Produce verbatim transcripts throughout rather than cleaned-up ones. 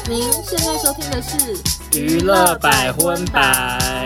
您现在收听的是娱乐百分百。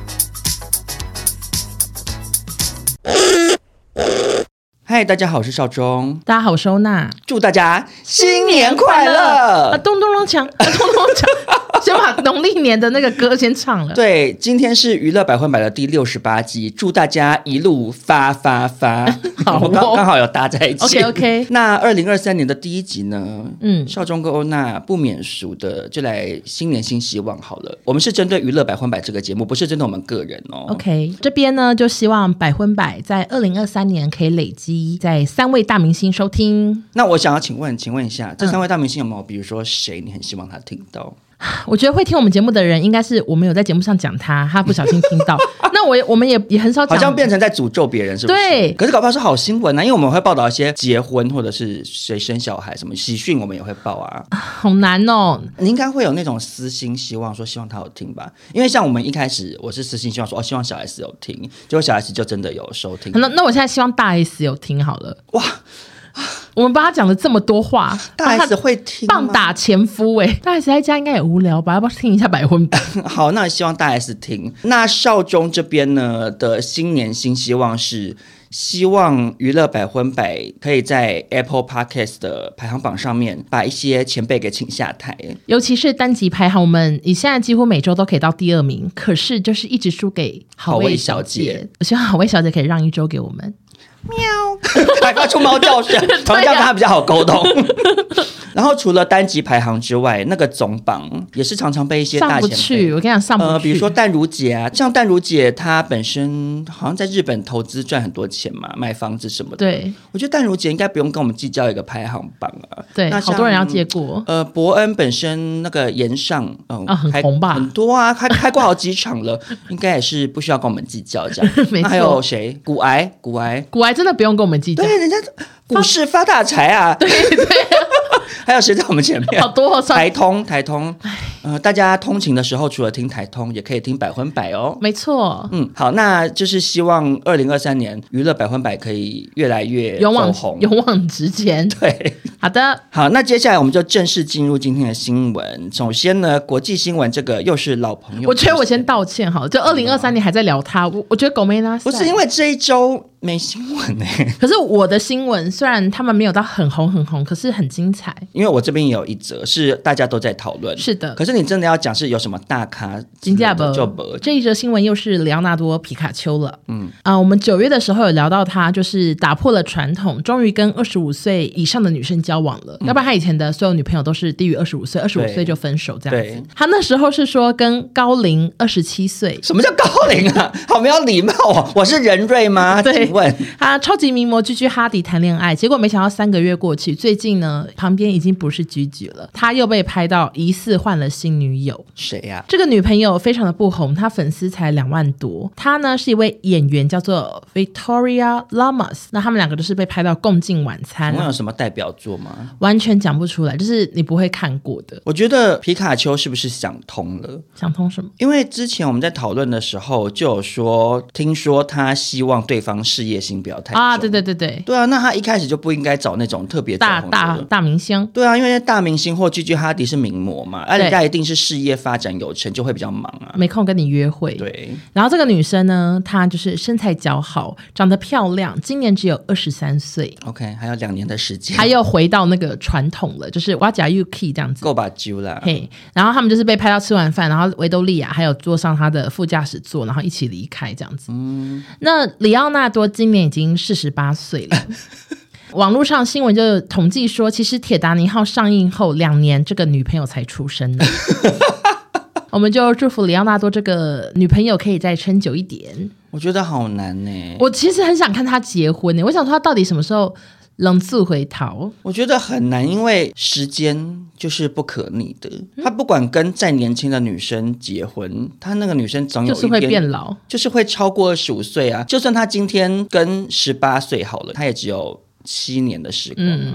嗨，大家好，我是邵忠。 大家好，我是欧娜。 祝大家新年快乐！ 啊，咚咚咚锵，啊，咚咚锵，先把农历年的那个歌先唱了。 对，今天是娱乐百分百的第六十八集，祝大家一路发发发。 好、哦， 刚刚好有搭在一起。 OK OK。 那二零二三年的第一集呢？ 嗯， 邵忠跟欧娜不免俗的，就来新年新希望好了。我们是针对娱乐百分百这个节目，不是针对我们个人哦。 OK， 这边呢就希望百分百在二零二三年可以累积在三位大明星收听。 那我想要请问，请问一下，这三位大明星有没有，比如说谁你很希望他听到？ 我觉得会听我们节目的人，应该是我们有在节目上讲他，他不小心听到。那我我们也也很少讲， 好像变成在诅咒别人，是不是？ 对。 可是搞不好是好新闻啊，因为我们会报道一些结婚或者是谁生小孩什么喜讯，我们也会报啊。 好难哦。 你应该会有那种私心希望说希望他有听吧？因为像我们一开始我是私心希望说哦，希望小 S 有听，结果小 S 就真的有收听。 那那我现在希望大 S 有听好了。 哇！ 我们帮他讲了这么多话， 大 S 会听吗？ 棒打前夫哎、欸，大 S 在家应该也无聊吧？要不要听一下百分百？ 好，那希望大 S 听。那少中这边呢的新年新希望是，希望娱乐百分百可以在 Apple Podcast 的排行榜上面把一些前辈给请下台， 尤其是单集排行，我们以现在几乎每周都可以到第二名，可是就是一直输给好味小姐。我希望好味小姐可以让一周给我们。 喵，还发出猫叫声，然后这样跟他比较好沟通。然后除了单集排行之外，那个总榜也是常常被一些大前辈上不去。我跟你讲，上不去。 呃，比如说淡如姐啊，像淡如姐，她本身好像在日本投资赚很多钱嘛，买房子什么的。对，我觉得淡如姐应该不用跟我们计较一个排行榜啊。 对，好多人要借过。 呃，伯恩本身那个岩上，嗯、呃啊，很红吧？ 很多啊，开开过好几场了，应该也是不需要跟我们计较这样。 没错。 还有谁？股癌，股癌， 股癌真的不用跟我们计较。 对，人家股市发大财啊。 对对。 还有谁在我们前面？ 好多、哦、 台通，台通，呃，大家通勤的时候，除了听台通，也可以听百分百哦。 没错， 嗯，好，那就是希望二零二三年娱乐百分百可以越来越勇往红， 勇往直前。 对， 好的， 好，那接下来我们就正式进入今天的新闻。首先呢，国际新闻这个又是老朋友， 我觉得我先道歉好了，就二零二三年还在聊他，我我觉得狗没拉塞， 不是因为这一周没新闻哎、欸， 可是我的新闻虽然他们没有到很红很红，可是很精彩。 因为我这边也有一则是大家都在讨论， 是的。 可是你真的要讲是有什么大咖， 金价不就不。 这一则新闻又是里奥纳多皮卡丘了。嗯啊、呃，我们九月的时候有聊到他，就是打破了传统，终于跟二十五岁以上的女生交往了。嗯、要不然他以前的所有女朋友都是低于二十五岁，二十五岁就分手这样子。他那时候是说跟高龄二十七岁。 什么叫高龄啊？好没有礼貌哦！我是人瑞吗？请问他超级名模居居哈迪谈恋爱，结果没想到三个月过去，最近呢旁边已经不是居居了，他又被拍到疑似换了新女友。 谁呀、啊？ 这个女朋友非常的不红，她粉丝才两万多。她呢是一位演员，叫做 Victoria Lamas。那他们两个都是被拍到共进晚餐。 请问有什么代表作吗？ 完全讲不出来，就是你不会看过的。 我觉得皮卡丘是不是想通了？ 想通什么？ 因为之前我们在讨论的时候就有说，听说他希望对方事业心不要太重啊，对对对对， 对啊，那他一开始就不应该找那种特别大大大明星。 对啊，因为大明星或居居哈迪是名模嘛，而人家一定是事业发展有成，就会比较忙啊， 没空跟你约会。 对， 然后这个女生呢，她就是身材姣好，长得漂亮，今年只有二十三岁。 OK， 还有两年的时间， 还又回到那个传统了，就是哇假 Yuki 这样子， 够把揪啦。 嘿，然后他们就是被拍到吃完饭，然后维多利亚还有坐上他的副驾驶座，然后一起离开这样子。嗯，那里奥纳多今年已经四十八岁了。网络上新闻就统计说，其实铁达尼号上映后两年，这个女朋友才出生的。我们就祝福里奥纳多这个女朋友可以再撑久一点。 我觉得好难呢。 我其实很想看他结婚呢，我想说他到底什么时候冷速回逃？ 我觉得很难，因为时间就是不可逆的。嗯、他不管跟再年轻的女生结婚，他那个女生总有一天就是会变老， 就是会超过二十五岁啊。就算他今天跟十八岁好了，他也只有七年的时光啊。嗯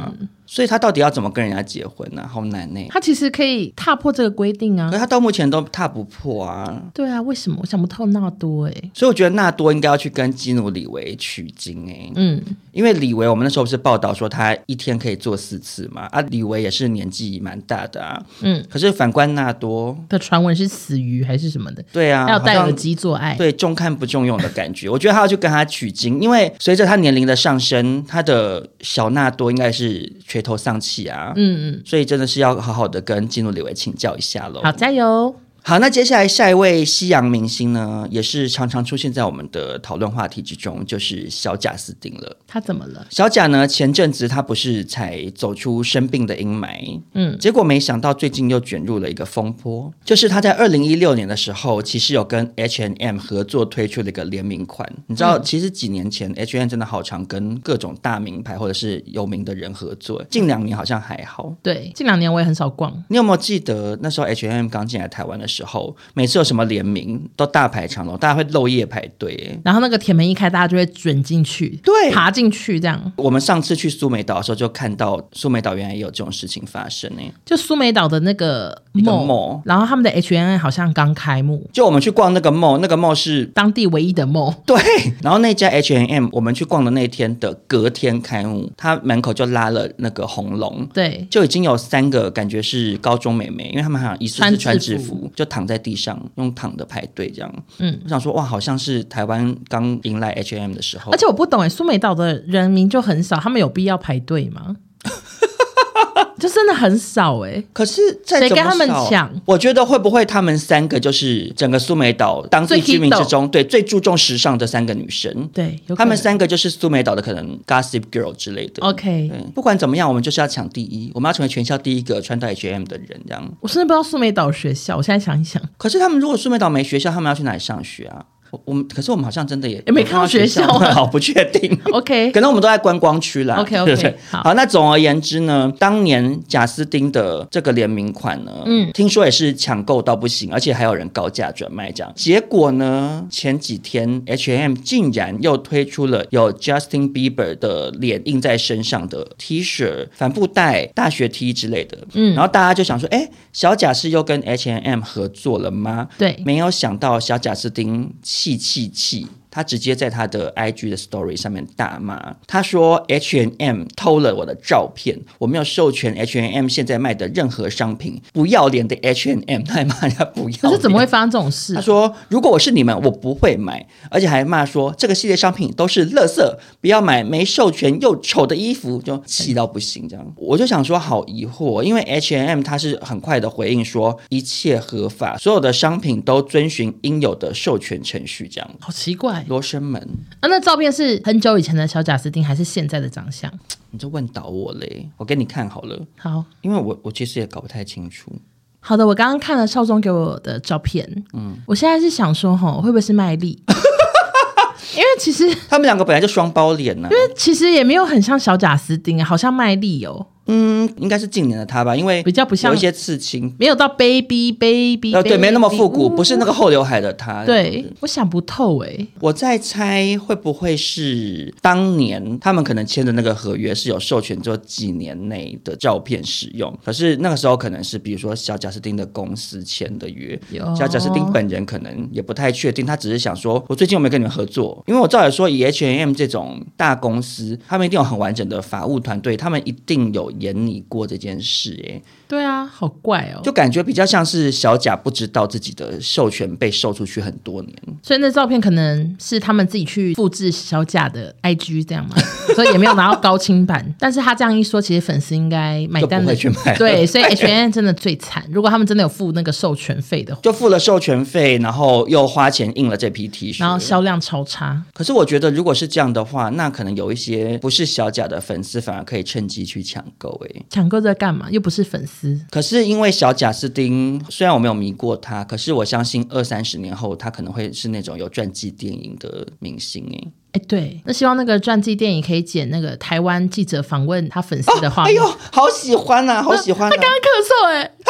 所以他到底要怎么跟人家结婚呢、啊？好难呢、欸。 他其实可以踏破这个规定啊， 可是他到目前都踏不破啊。 对啊，为什么？我想不透纳多哎、欸。 所以我觉得纳多应该要去跟基努里维取经哎、欸。 嗯， 因为李维我们那时候不是报道说他一天可以做四次嘛？啊，李维也是年纪蛮大的啊。嗯，可是反观纳多的传闻是死鱼还是什么的？ 对啊， 还有戴耳机做爱， 对，重看不重用的感觉。我觉得他要去跟他取经，因为随着他年龄的上升，他的小纳多应该是垂头丧气啊。嗯嗯，所以真的是要好好的跟基努里维请教一下喽。 好，加油！ 好，那接下来下一位西洋明星呢，也是常常出现在我们的讨论话题之中，就是小贾斯汀了。 他怎么了？ 小贾呢，前阵子他不是才走出生病的阴霾，嗯，结果没想到最近又卷入了一个风波，就是他在二零一六年的时候，其实有跟 H and M 合作推出了一个联名款。你知道，嗯、其实几年前 H and M 真的好常跟各种大名牌或者是有名的人合作，近两年好像还好。 对，近两年我也很少逛。 你有没有记得那时候 H and M 刚进来台湾的时候，每次有什么联名都大排长龙，大家会漏夜排队， 然后那个铁门一开，大家就会卷进去， 对， 爬进去这样。 我们上次去苏梅岛的时候，就看到苏梅岛原来也有这种事情发生呢。 就苏梅岛的那个 mall， 然后他们的 H and M 好像刚开幕， 就我们去逛那个 mall， 那个 mall 是当地唯一的 mall， 对。然后那家 H and M 我们去逛的那天的隔天开幕，他门口就拉了那个红龙， 对， 就已经有三个感觉是高中美眉，因为他们好像疑似是穿制服，就躺在地上用躺的排队这样。嗯，我想说哇，好像是台湾刚迎来 H and M 的时候。 而且我不懂哎，苏梅岛的人民就很少，他们有必要排队吗？就真的很少哎、欸， 可是再怎么少谁跟他们抢？ 我觉得会不会他们三个就是整个苏梅岛当地居民之中，对最注重时尚的三个女生？ 对， 他们三个就是苏梅岛的可能 Gossip Girl 之类的。 OK， 对，不管怎么样，我们就是要抢第一，我们要成为全校第一个穿到 H and M 的人，这样。 我甚至不知道苏梅岛学校，我现在想一想。 可是他们如果苏梅岛没学校，他们要去哪里上学啊？我们可是我们好像真的也也没看到学校、啊， 好不确定。 OK， 可能我们都在观光区啦。 OK OK， 对好, 好，那总而言之呢，当年贾斯汀的这个联名款呢，嗯，听说也是抢购到不行，而且还有人高价转卖这样。结果呢，前几天 H and M 竟然又推出了有 Justin Bieber 的脸印在身上的 T 恤、帆布袋、大学 T 之类的。嗯，然后大家就想说，哎，小贾是又跟 H and M 合作了吗？ 对， 没有想到小贾斯汀。气气气！他直接在他的 I G 的 Story 上面大骂，他说 H and M 偷了我的照片，我没有授权 H and M 现在卖的任何商品，不要脸的 H and M， 他还骂人家不要脸。 可是怎么会发生这种事、啊？ 他说如果我是你们，我不会买，而且还骂说这个系列商品都是垃圾，不要买没授权又丑的衣服，就气到不行这样。我就想说好疑惑，因为 H and M 他是很快的回应说一切合法，所有的商品都遵循应有的授权程序，这样。 好奇怪。 罗生门啊，那照片是很久以前的小贾斯汀还是现在的长相？ 你就问倒我嘞，我给你看好了。 好， 因为我我其实也搞不太清楚。 好的，我刚刚看了少宗给我的照片，嗯，我现在是想说吼，会不会是麦莉？因为其实他们两个本来就双包脸呢、啊， 因为其实也没有很像小贾斯汀，好像麦莉哦。 嗯，应该是近年的他吧，因为比较不像有一些刺青， 没有到 baby baby， 呃，对，没那么复古，不是那个后刘海的他。 对，我想不透哎、欸， 我在猜会不会是当年他们可能签的那个合约是有授权做几年内的照片使用，可是那个时候可能是比如说小贾斯汀的公司签的约，小贾斯汀本人可能也不太确定，他只是想说，我最近有没有跟你们合作？因为我照理说，以 H and M 这种大公司，他们一定有很完整的法务团队，他们一定有演拟过这件事、欸， 对啊，好怪哦， 就感觉比较像是小贾不知道自己的授权被授出去很多年， 所以那照片可能是他们自己去复制小贾的 I G 这样嘛，所以也没有拿到高清版。但是他这样一说，其实粉丝应该买单的， 就不会去买了。 对，所以 H and M 真的最惨。如果他们真的有付那个授权费的话， 就付了授权费，然后又花钱印了这批 T 恤， 然后销量超差。 可是我觉得，如果是这样的话，那可能有一些不是小贾的粉丝反而可以趁机去抢购、欸。 抢购在干嘛？又不是粉丝。 可是因为小贾斯汀，虽然我没有迷过他，可是我相信二三十年后，他可能会是那种有传记电影的明星哎、欸。 哎，对，那希望那个传记电影可以剪那个台湾记者访问他粉丝的画面。 哦、哎呦，好喜欢啊，好喜欢、啊！ 他刚刚咳嗽哎，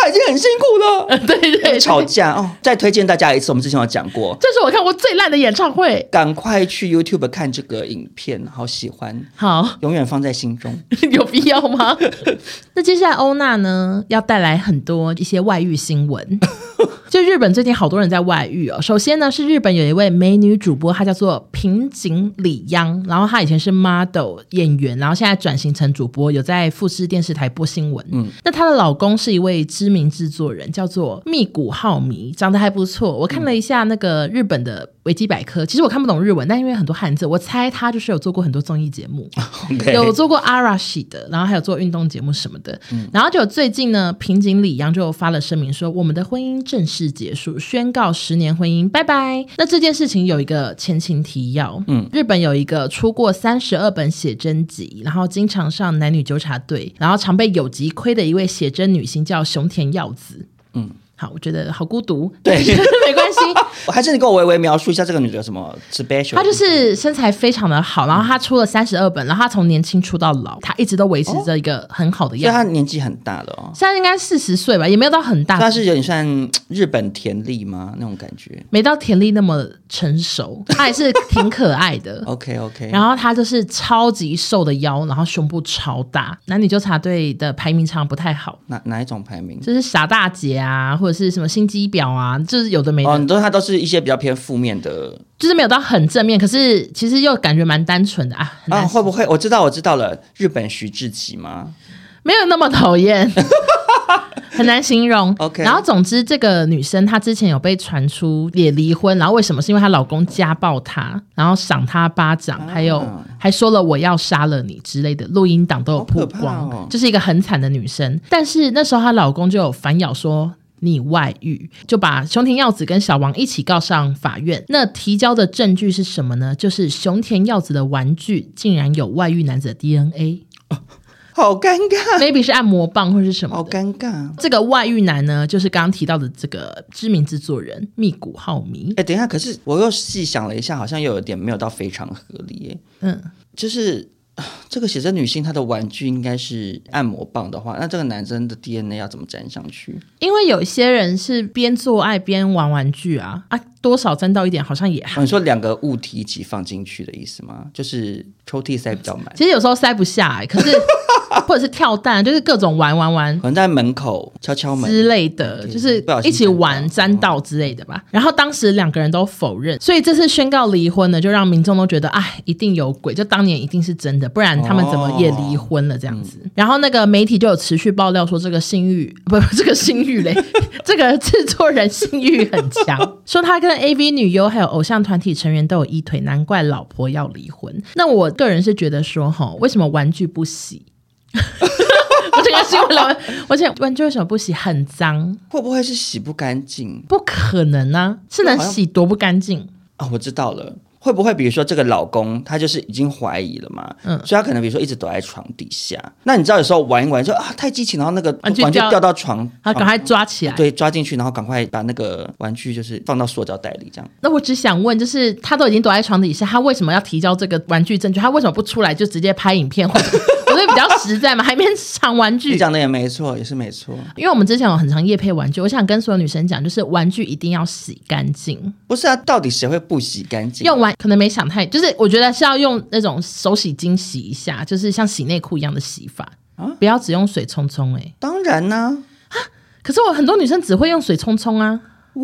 他已经很辛苦了。 呃、对对对， 吵架哦。再推荐大家一次，我们之前有讲过， 这是我看过最烂的演唱会， 赶快去 YouTube 看这个影片，好喜欢， 好， 永远放在心中。 有必要吗？那接下来欧娜呢，要带来很多一些外遇新闻。就日本最近好多人在外遇哦。首先呢，是日本有一位美女主播，她叫做平井里央，然后她以前是 model 演员，然后现在转型成主播，有在富士电视台播新闻。嗯，那她的老公是一位知名制作人，叫做密谷浩弥，长得还不错。我看了一下那个日本的维基百科，其实我看不懂日文，但因为很多汉字，我猜他就是有做过很多综艺节目， okay. 有做过 Arashi 的，然后还有做运动节目什么的。嗯、然后就最近呢，平井里央就发了声明说，我们的婚姻正式结束，宣告十年婚姻，拜拜。那这件事情有一个前情提要，嗯，日本有一个出过三十二本写真集，然后经常上男女纠察队，然后常被有集亏的一位写真女星叫熊田耀子，嗯。好，我觉得好孤独， 对， 没关系。 还是你跟我微微描述一下这个女的有什么 special？ 她就是身材非常的好，然后她出了三十二本，然后她从年轻出到老，她一直都维持着一个很好的样子。 所以她年纪很大了哦， 现在应该四十岁吧，也没有到很大。 她是有点像日本田丽吗？那种感觉， 没到田丽那么成熟，她还是挺可爱的。 OK OK。 然后她就是超级瘦的腰，然后胸部超大。男女纠察队的排名常常不太好。 哪哪一种排名？ 就是傻大姐啊，或者是什么心机婊啊，就是有的没的。 哦，你都它都是一些比较偏负面的， 就是没有到很正面，可是其实又感觉蛮单纯的啊。 啊，会不会？我知道，我知道了，日本徐志奇吗？ 没有那么讨厌。很难形容。 OK， 然后总之这个女生她之前有被传出也离婚，然后为什么？是因为她老公家暴她，然后赏她巴掌，啊、还有还说了我要杀了你之类的录音档都有曝光，哦、就是一个很惨的女生。但是那时候她老公就有反咬说你外遇，就把熊田耀子跟小王一起告上法院。那提交的证据是什么呢？就是熊田耀子的玩具竟然有外遇男子的 D N A。哦， 好尴尬 maybe 是按摩棒或是什么的， 好尴尬。 这个外遇男呢，就是刚刚提到的这个知名制作人密谷浩弥。 哎，等一下，可是我又细想了一下，好像又有点没有到非常合理耶。嗯，就是这个写真女性她的玩具应该是按摩棒的话，那这个男生的 D N A 要怎么粘上去？ 因为有些人是边做爱边玩玩具啊啊，多少沾到一点好像也还、 哦、你说两个物体一起放进去的意思吗？就是抽屉塞比较满， 其实有时候塞不下来，可是或者是跳蛋，就是各种玩玩玩， 可能在门口敲敲门之类的，就是一起玩沾到之类的吧。然后当时两个人都否认，所以这次宣告离婚呢，就让民众都觉得哎，一定有鬼，就当年一定是真的，不然他们怎么也离婚了这样子。哦嗯、然后那个媒体就有持续爆料说，这个性欲不不，这个性欲嘞，这个制作人性欲很强，说他跟 A V 女优还有偶像团体成员都有一腿，难怪老婆要离婚。那我个人是觉得说，齁，为什么玩具不洗？我这个新闻了，而且玩具为什么不洗？很脏， 会不会是洗不干净？ 不可能啊，是能洗多不干净啊、哦？我知道了。会不会比如说这个老公他就是已经怀疑了嘛，嗯，所以他可能比如说一直躲在床底下，那你知道有时候玩一玩就啊太激情，然后那个玩具掉到床， 然后赶快抓起来， 对，抓进去，然后赶快把那个玩具就是放到塑胶袋里这样。 那我只想问，就是他都已经躲在床底下，他为什么要提交这个玩具证据？他为什么不出来就直接拍影片或者我觉得比较实在嘛，还没藏玩具。 你讲的也没错，也是没错。 因为我们之前有很常业配玩具，我想跟所有女生讲，就是玩具一定要洗干净。 不是啊，到底谁会不洗干净？ 用完可能没想太，就是我觉得是要用那种手洗巾洗一下，就是像洗内裤一样的洗法，啊、不要只用水冲冲。哎， 当然呢、 啊。可是我很多女生只会用水冲冲啊。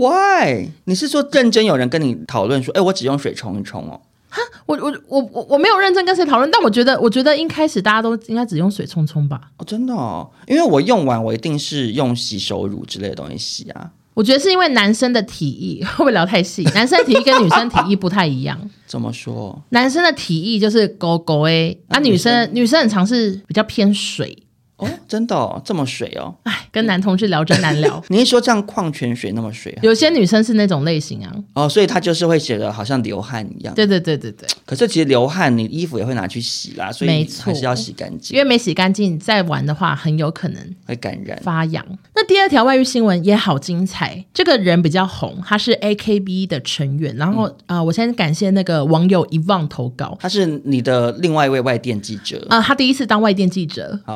Why？ 你是说认真有人跟你讨论说，哎，我只用水冲一冲哦？ 哈，我我我我我没有认真跟谁讨论，但我觉得我觉得一开始大家都应该只用水冲冲吧。 哦，真的哦，因为我用完我一定是用洗手乳之类的东西洗啊。 我觉得是因为男生的体液，会不会聊太细？男生的体液跟女生体液不太一样。 怎么说？ 男生的体液就是勾勾诶，啊，女生女生很常是比较偏水。 哦，真的哦，这么水哦！ 哎，跟男同志聊真难聊。 你是说这样矿泉水那么水啊？ 有些女生是那种类型啊。 哦，所以她就是会写的好像流汗一样。 对对对对对。 可是其实流汗，你衣服也会拿去洗啦，所以还是要洗干净。 因为没洗干净，再玩的话很有可能会感染发痒。那第二条外遇新闻也好精彩，这个人比较红，他是 A K B 的成员。然后、嗯呃、我先感谢那个网友Yvonne投稿， 他是你的另外一位外电记者啊、呃，他第一次当外电记者。 好，加油加油！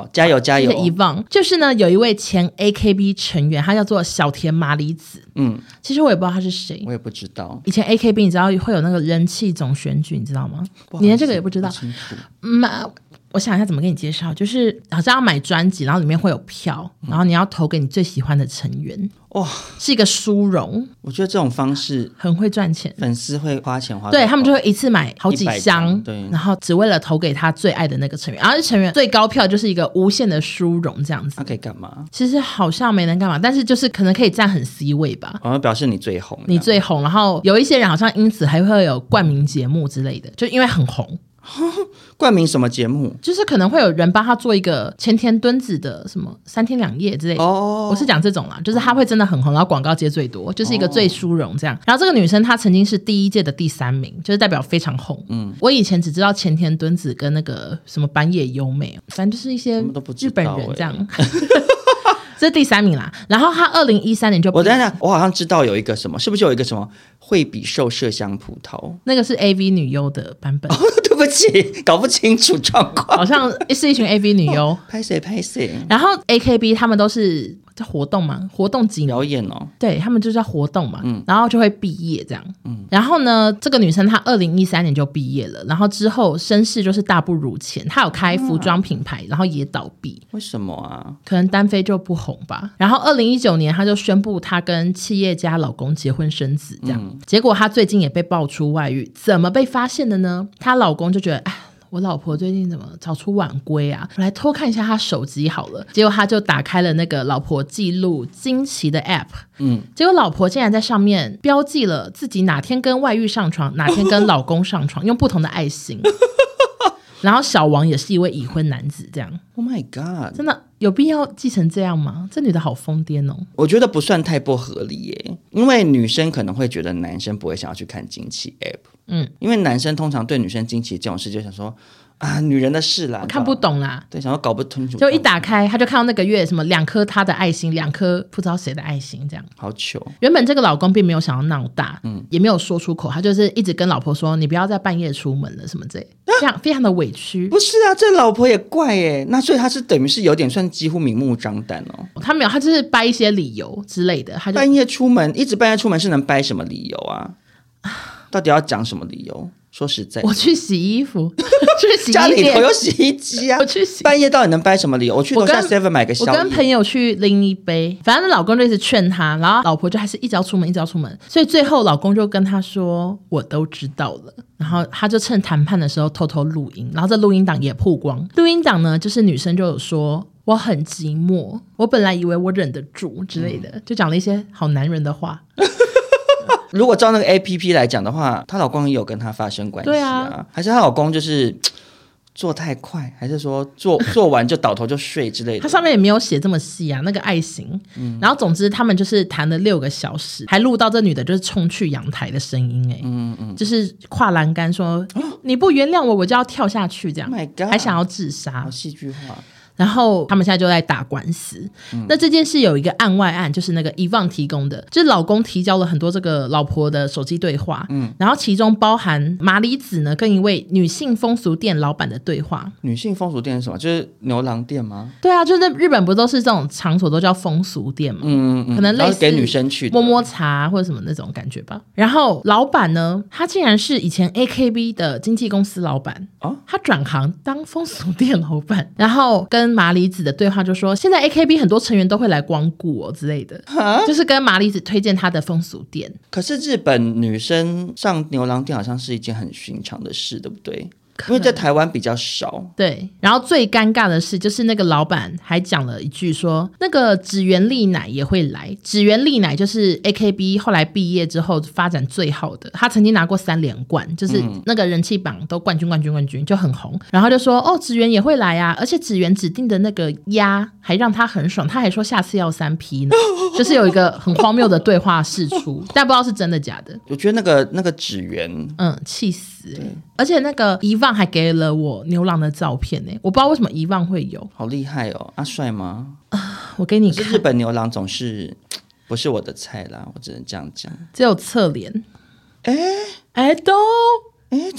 加油！ 谢谢遗忘。就是呢，有一位前 A K B 成员，他叫做小田麻里子。嗯，其实我也不知道他是谁， 我也不知道。 以前 A K B 你知道会有那个人气总选举，你知道吗？你连这个也不知道？ 不清楚。 嗯，我想一下怎么跟你介绍，就是好像要买专辑，然后里面会有票，然后你要投给你最喜欢的成员。哇，是一个殊荣。 我觉得这种方式很会赚钱， 粉丝会花钱花， 对他们就会一次买好几箱， 对， 然后只为了投给他最爱的那个成员，然后这成员最高票就是一个无限的殊荣这样子。 他可以干嘛？ 其实好像没能干嘛，但是就是可能可以占很 C 位吧， 好像表示你最红， 你最红，然后有一些人好像因此还会有冠名节目之类的，就因为很红。 冠名什么节目？ 就是可能会有人帮他做一个前田敦子的什么三天两夜之类的。哦，我是讲这种啦，就是他会真的很红，然后广告接最多，就是一个最殊荣这样。然后这个女生她曾经是第一届的第三名，就是代表非常红。嗯，我以前只知道前田敦子跟那个什么板野优美，反正就是一些日本人这样。这是第三名啦，然后他二零一三年就我等一下，我好像知道有一个什么，是不是有一个什么惠比寿麝香葡萄？ 那个是 A V 女优的版本。 哦，对不起，搞不清楚状况， 好像是一群 A V 女优。 拍谁拍谁？ 然后 A K B 他们都是叫活动嘛，活动几表演哦， 对他们就叫活动嘛，嗯，然后就会毕业这样。嗯，然后呢，这个女生她二零一三年就毕业了，然后之后身世就是大不如前，她有开服装品牌，然后也倒闭。 为什么啊？ 可能单飞就不红吧。然后二零一九年她就宣布她跟企业家老公结婚生子这样，嗯、结果她最近也被爆出外遇，怎么被发现的呢？她老公就觉得哎。我老婆最近怎么早出晚归啊？我来偷看一下她手机好了。结果他就打开了那个老婆记录惊奇的 app， 嗯，结果老婆竟然在上面标记了自己哪天跟外遇上床，哪天跟老公上床，用不同的爱心。然后小王也是一位已婚男子，这样。 Oh my god！ 真的有必要记成这样吗？这女的好疯癫哦！ 我觉得不算太不合理耶，因为女生可能会觉得男生不会想要去看惊奇 app， 嗯，因为男生通常对女生惊奇这种事就想说啊，女人的事啦， 我看不懂啦， 对，想要搞不清楚， 就一打开他就看到那个月什么两颗他的爱心，两颗不知道谁的爱心，这样好糗。 原本这个老公并没有想要闹大，嗯，也没有说出口，他就是一直跟老婆说你不要在半夜出门了什么之类的，非常非常的委屈。 不是啊，这老婆也怪耶，那所以他是等于是有点算几乎明目张胆哦。 他没有，他就是掰一些理由之类的。他就半夜出门，一直半夜出门是能掰什么理由啊？到底要讲什么理由？说实在， 我去洗衣服，去洗衣家里头有洗衣机啊。 我去洗， 半夜到底能掰什么理由？我去楼下 seven 买个宵夜。 我跟朋友去拎一杯，反正老公就一直劝他，然后老婆就还是一直要出门，一直要出门，所以最后老公就跟他说：“我都知道了。”然后他就趁谈判的时候偷偷录音，然后这录音档也曝光。录音档呢，就是女生就有说。我很寂寞，我本来以为我忍得住之类的，嗯、就讲了一些好男人的话。 如果照那个 A P P 来讲的话，她老公也有跟她发生关系啊？对啊，还是她老公就是做太快，还是说做做完就倒头就睡之类的？他上面也没有写这么细啊，那个爱心。嗯、然后总之他们就是谈了六个小时，还录到这女的就是冲去阳台的声音、欸，哎，嗯嗯，就是跨栏杆说、哦、你不原谅我，我就要跳下去这样。Oh my god， 还想要自杀， 好戏剧化。 然后他们现在就在打官司、嗯、那这件事有一个案外案，就是那个遗忘提供的，就是老公提交了很多这个老婆的手机对话、嗯、然后其中包含麻里子呢跟一位女性风俗店老板的对话。 女性风俗店是什么？就是牛郎店吗？ 对啊，就是日本不都是这种场所都叫风俗店嘛，嗯嗯，可能类似给女生去摸摸茶或者什么那种感觉吧。然后老板呢，他竟然是以前 A K B 的经纪公司老板、哦、他转行当风俗店老板，然后跟麻里子的对话就说现在 A K B 很多成员都会来光顾哦之类的，就是跟麻里子推荐他的风俗店。 可是日本女生上牛郎店好像是一件很寻常的事，对不对？因为在台湾比较少。 对，然后最尴尬的是就是那个老板还讲了一句说那个指原莉乃也会来。指原莉乃就是 A K B 后来毕业之后发展最好的，他曾经拿过三连冠，就是那个人气榜都冠军冠军冠军就很红。然后就说哦指原也会来啊，而且指原指定的那个鸭还让他很爽，他还说下次要三批呢。就是有一个很荒谬的对话释出，但不知道是真的假的。 我觉得那个那个指原嗯气死、欸、而且那个遗忘还给了我牛郎的照片、欸、我不知道为什么遗忘会有。 好厉害哦。啊帅吗、 啊、我给你看。 日本牛郎总是不是我的菜啦，我只能这样讲。 只有侧脸。 哎哎都哎，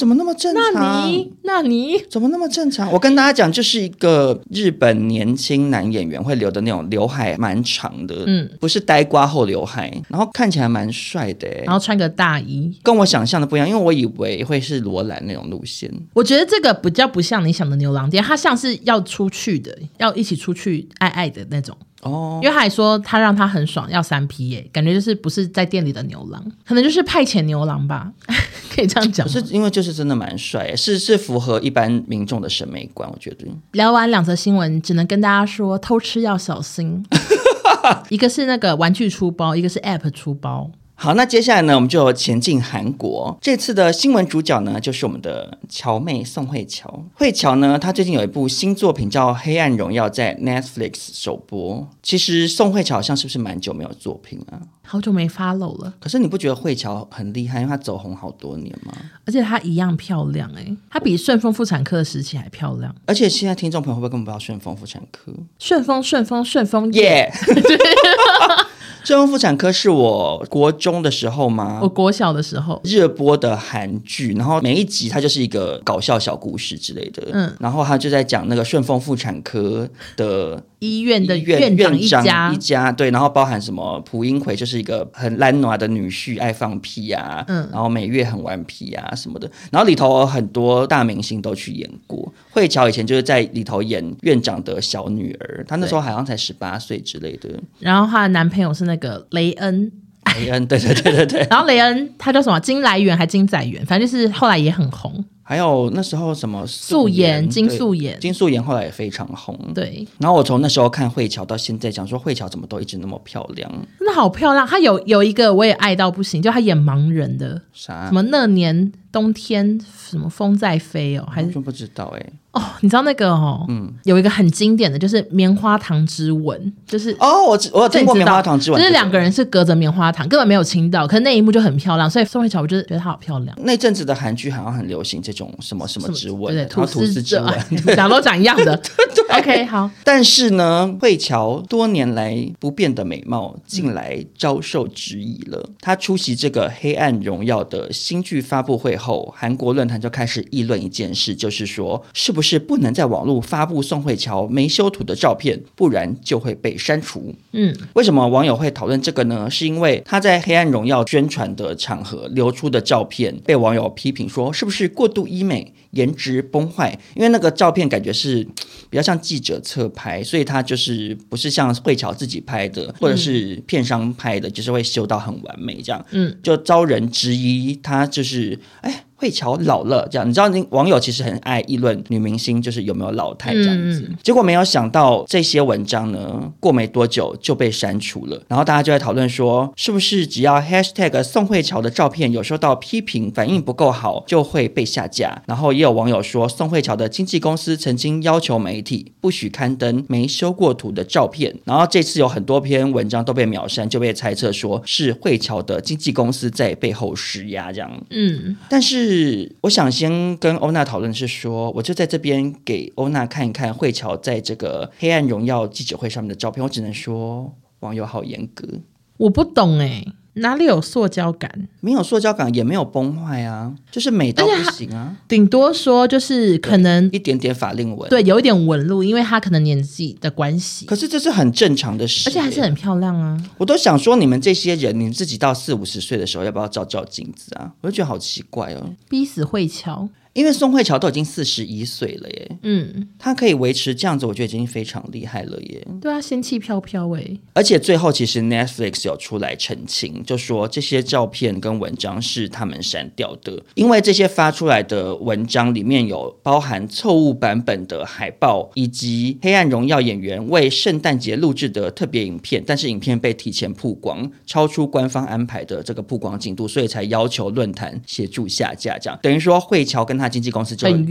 怎么那么正常？ 那你那你怎么那么正常？我跟大家讲，就是一个日本年轻男演员会留的那种刘海蛮长的，嗯，不是呆瓜后刘海，然后看起来蛮帅的， 然后穿个大衣， 跟我想象的不一样，因为我以为会是罗兰那种路线。 我觉得这个比较不像你想的牛郎店，他像是要出去的，要一起出去爱爱的那种。哦，因为他还说他让他很爽，要三 P 耶，感觉就是不是在店里的牛郎，可能就是派遣牛郎吧，可以这样讲。 是因为就是真的蛮帅，是是符合一般民众的审美观，我觉得。 聊完两则新闻，只能跟大家说偷吃要小心，一个是那个玩具出包，一个是 App 出包。 好，那接下来呢，我们就前进韩国。这次的新闻主角呢，就是我们的乔妹宋慧乔。慧乔呢，她最近有一部新作品叫《黑暗荣耀》，在 Netflix 首播。其实宋慧乔好像是不是蛮久没有作品啊？ 好久没 follow 了。 可是你不觉得慧乔很厉害，因为她走红好多年吗？ 而且她一样漂亮哎、欸，她比顺丰妇产科的时期还漂亮。 而且现在听众朋友会不会根本不知道顺丰妇产科？ 顺丰顺丰顺丰耶！顺丰妇产科是我国中的时候吗？ 我国小的时候热播的韩剧，然后每一集它就是一个搞笑小故事之类的，嗯，然后他就在讲那个顺丰妇产科的医院的院长一家， 院长一家对，然后包含什么朴英奎就是一个很懒惰的女婿，爱放屁啊，嗯，然后美月很顽皮啊什么的，然后里头很多大明星都去演过。慧乔以前就是在里头演院长的小女儿，她那时候好像才十八岁之类的。 然后她的男朋友是那个雷恩。 雷恩，对对对对对。 然后雷恩他叫什么？金来源还金载源，反正就是后来也很红。 还有那时候什么素颜，金素颜， 金素颜后来也非常红。 对。 然后我从那时候看慧乔到现在，讲说慧乔怎么都一直那么漂亮， 真的好漂亮。她有有一个我也爱到不行，就她演盲人的， 啥？ 什么那年冬天什么风在飞哦，还是不知道哎、欸。 哦，你知道那个哦，嗯，有一个很经典的就是棉花糖之吻，就是哦，我我有听过棉花糖之吻， 就是两个人是隔着棉花糖，根本没有亲到，可是那一幕就很漂亮，所以宋慧乔我就觉得她好漂亮。 那阵子的韩剧好像很流行这种什么什么之吻， 对对，吐司之吻， 讲都讲一样的。OK， 好。 但是呢，慧乔多年来不变的美貌，近来遭受质疑了。她出席这个《黑暗荣耀》的新剧发布会后，韩国论坛就开始议论一件事，就是说是不是是不能在网络发布宋慧乔没修图的照片，不然就会被删除。嗯，为什么网友会讨论这个呢？是因为他在黑暗荣耀宣传的场合流出的照片，被网友批评说是不是过度医美，颜值崩坏？因为那个照片感觉是比较像记者侧拍，所以他就是不是像慧乔自己拍的，或者是片商拍的，就是会修到很完美这样。嗯，就遭人质疑他就是哎。慧乔老了，这样你知道，网友其实很爱议论女明星，就是有没有老态这样子。嗯、结果没有想到这些文章呢，过没多久就被删除了。然后大家就在讨论说，是不是只要 hashtag 宋慧乔的照片有受到批评，反应不够好，就会被下架？然后也有网友说，宋慧乔的经纪公司曾经要求媒体不许刊登没修过图的照片。然后这次有很多篇文章都被秒删，就被猜测说是慧乔的经纪公司在背后施压这样。嗯，但是。是我想先跟欧娜讨论是说，我就在这边给欧娜看一看慧乔在这个黑暗荣耀记者会上面的照片，我只能说网友好严格。 我不懂哎、欸，哪里有塑胶感？ 没有塑胶感，也没有崩坏啊，就是美到不行啊。 顶多说就是可能一点点法令纹， 对，有一点纹路，因为他可能年纪的关系。 可是这是很正常的事、欸， 而且还是很漂亮啊。 我都想说，你们这些人，你们自己到四五十岁的时候，要不要照照镜子啊？我就觉得好奇怪哦， 逼死慧乔。 因为宋慧乔都已经四十一岁了耶，嗯，她可以维持这样子，我觉得已经非常厉害了耶。 对啊，仙气飘飘哎。 而且最后其实 Netflix 有出来澄清，就说这些照片跟文章是他们删掉的，因为这些发出来的文章里面有包含错误版本的海报，以及黑暗荣耀演员为圣诞节录制的特别影片，但是影片被提前曝光，超出官方安排的这个曝光进度，所以才要求论坛协助下架，这样等于说慧乔跟他经纪公司就很冤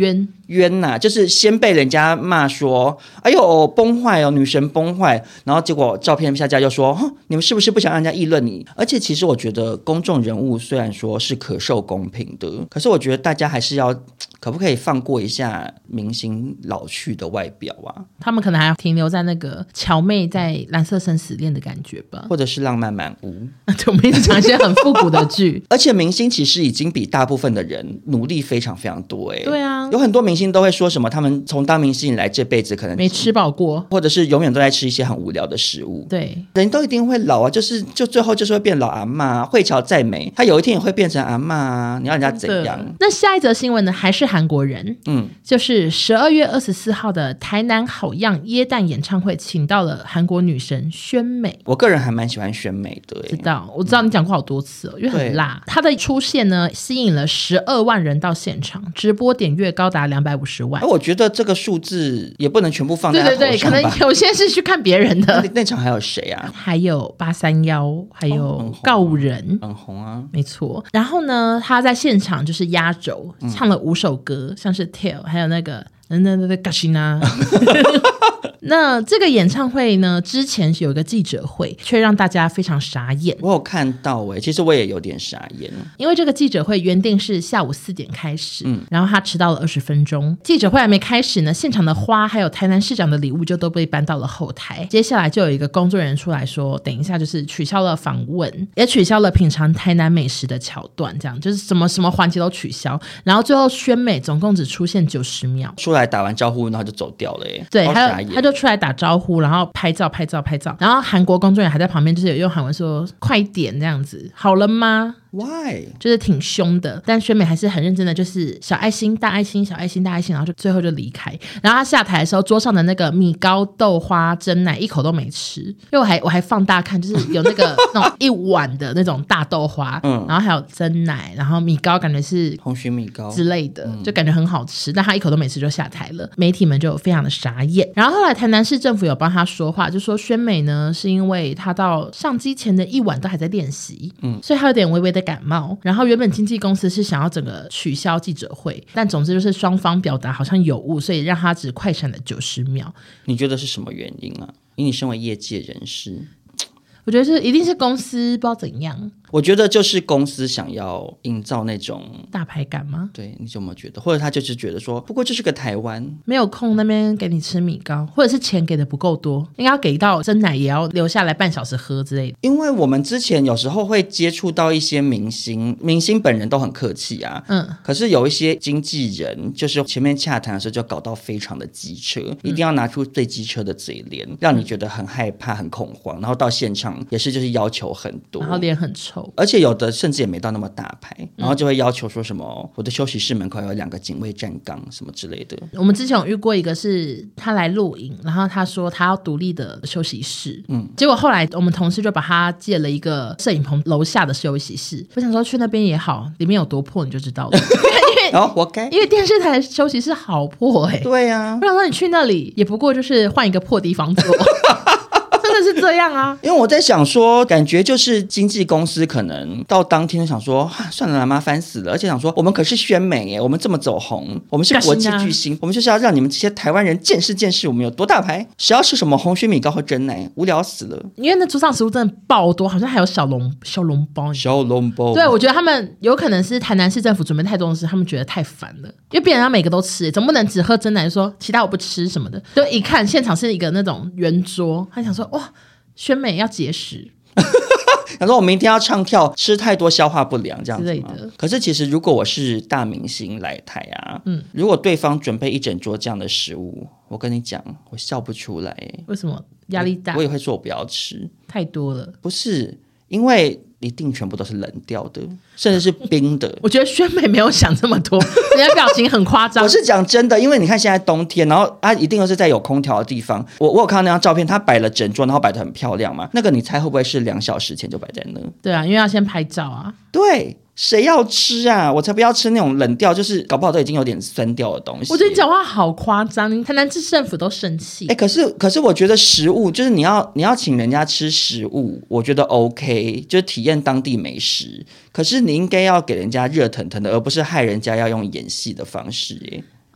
冤呐、啊，就是先被人家骂说，哎呦崩坏哦，女神崩坏，然后结果照片下架就说，你们是不是不想让人家议论你？而且其实我觉得公众人物虽然说是可受公平的，可是我觉得大家还是要可不可以放过一下明星老去的外表啊？ 他们可能还停留在那个乔妹在蓝色生死恋的感觉吧， 或者是浪漫满屋。 我们一直讲一些很复古的剧。 而且明星其实已经比大部分的人努力非常非常多哎、欸。 对啊， 有很多明星都会说什么，他们从当明星以来这辈子可能没吃饱过， 或者是永远都在吃一些很无聊的食物。 对， 人都一定会老啊，就是就最后就是会变老阿嬷。慧乔再美，她有一天也会变成阿嬷啊，你要人家怎样？ 那下一则新闻呢，还是韩国人，嗯，就是十二月二十四号的台南好样耶诞演唱会，请到了韩国女神宣美。 我个人还蛮喜欢宣美的、欸， 知道，我知道你讲过好多次哦，因为很辣。她的出现呢，吸引了十二万人到现场，直播点阅高达两百五十万。 我觉得这个数字也不能全部放在她头上吧。 对对对，可能有些是去看别人的。 那, 那场还有谁啊？ 还有八三幺，还有告人， 很红啊， 没错。然后呢，他在现场就是压轴，唱了五首歌，嗯、像是 Tell， 还有那个那那那嘎西娜。那这个演唱会呢，之前有一个记者会，却让大家非常傻眼。 我有看到哎、欸，其实我也有点傻眼， 因为这个记者会原定是下午四点开始，嗯，然后他迟到了二十分钟。记者会还没开始呢，现场的花还有台南市长的礼物就都被搬到了后台。接下来就有一个工作人员出来说，等一下就是取消了访问，也取消了品尝台南美食的桥段，这样就是什么什么环节都取消。然后最后宣美总共只出现九十秒， 出来打完招呼，然后就走掉了耶、欸。 对，他就他就出来打招呼，然后拍照拍照拍照，然后韩国工作人员还在旁边，就是有用韩文说快一点这样子，好了吗 ？Why？ 就是挺凶的，但宣美还是很认真的，就是小爱心大爱心小爱心大爱心，然后就最后就离开。然后他下台的时候，桌上的那个米糕豆花蒸奶一口都没吃，因为我还我还放大看，就是有那个那种一碗的那种大豆花，嗯，然后还有蒸奶，然后米糕感觉是红曲米糕之类的，就感觉很好吃，但他一口都没吃就下台了，媒体们就非常的傻眼。然后后来台南市政府有帮他说话，就说宣美呢是因为他到上机前的一晚都还在练习，嗯，所以他有点微微的感冒。然后原本经纪公司是想要整个取消记者会，但总之就是双方表达好像有误，所以让他只快闪了九十秒。 你觉得是什么原因啊？以你身为业界人士， 我觉得是一定是公司不知道怎样。 我觉得就是公司想要营造那种大牌感吗？ 对，你有没有觉得？或者他就是觉得说，不过这是个台湾， 没有空那边给你吃米糕，或者是钱给的不够多，应该要给到珍奶也要留下来半小时喝之类的。 因为我们之前有时候会接触到一些明星，明星本人都很客气啊，嗯，可是有一些经纪人，就是前面洽谈的时候就搞到非常的机车，嗯、一定要拿出最机车的嘴脸，让你觉得很害怕、很恐慌，然后到现场也是就是要求很多， 然后脸很臭。 而且有的甚至也没到那么大牌，然后就会要求说什么、嗯、我的休息室门口有两个警卫站岗什么之类的。 我们之前有遇过一个是他来录影，然后他说他要独立的休息室，嗯，结果后来我们同事就把他借了一个摄影棚楼下的休息室。我想说去那边也好，里面有多破你就知道了。 然后活该， 因为电视台的休息室好破哎、欸。 对啊， 我想说你去那里也不过就是换一个破地方坐。真的是这样啊， 因为我在想说，感觉就是经纪公司可能到当天就想说，啊、算了啦，麻烦死了，而且想说我们可是宣美耶，我们这么走红，我们是国际巨星，我们就是要让你们这些台湾人见识见识我们有多大牌。谁要吃什么红曲米糕和珍奶，无聊死了。 因为那桌上食物真的爆多，好像还有小笼小笼包。 小笼包， 对，我觉得他们有可能是台南市政府准备太多的事，他们觉得太烦了，因为别人要每个都吃，总不能只喝珍奶说其他我不吃什么的。就一看现场是一个那种圆桌，他想说哇。宣美要节食， 他说我明天要唱跳，吃太多消化不良这样子之类的。 可是其实如果我是大明星来台啊，嗯，如果对方准备一整桌这样的食物，我跟你讲，我笑不出来。 为什么？压力大？ 我也会说我不要吃， 太多了。 不是因为。一定全部都是冷掉的，甚至是冰的。 我觉得宣美没有想这么多，人家表情很夸张。 我是讲真的，因为你看现在冬天，然后它一定都是在有空调的地方。我我有看到那张照片，它摆了整桌，然后摆得很漂亮嘛。那个你猜会不会是两小时前就摆在那？ 对啊，因为要先拍照啊。 对。谁要吃啊？我才不要吃那种冷掉，就是搞不好都已经有点酸掉的东西。 我觉得你讲话好夸张，台南市政府都生气。 哎、欸，可是可是我觉得食物就是你要你要请人家吃食物，我觉得 OK， 就是体验当地美食。可是你应该要给人家热腾腾的，而不是害人家要用演戏的方式耶。 哦，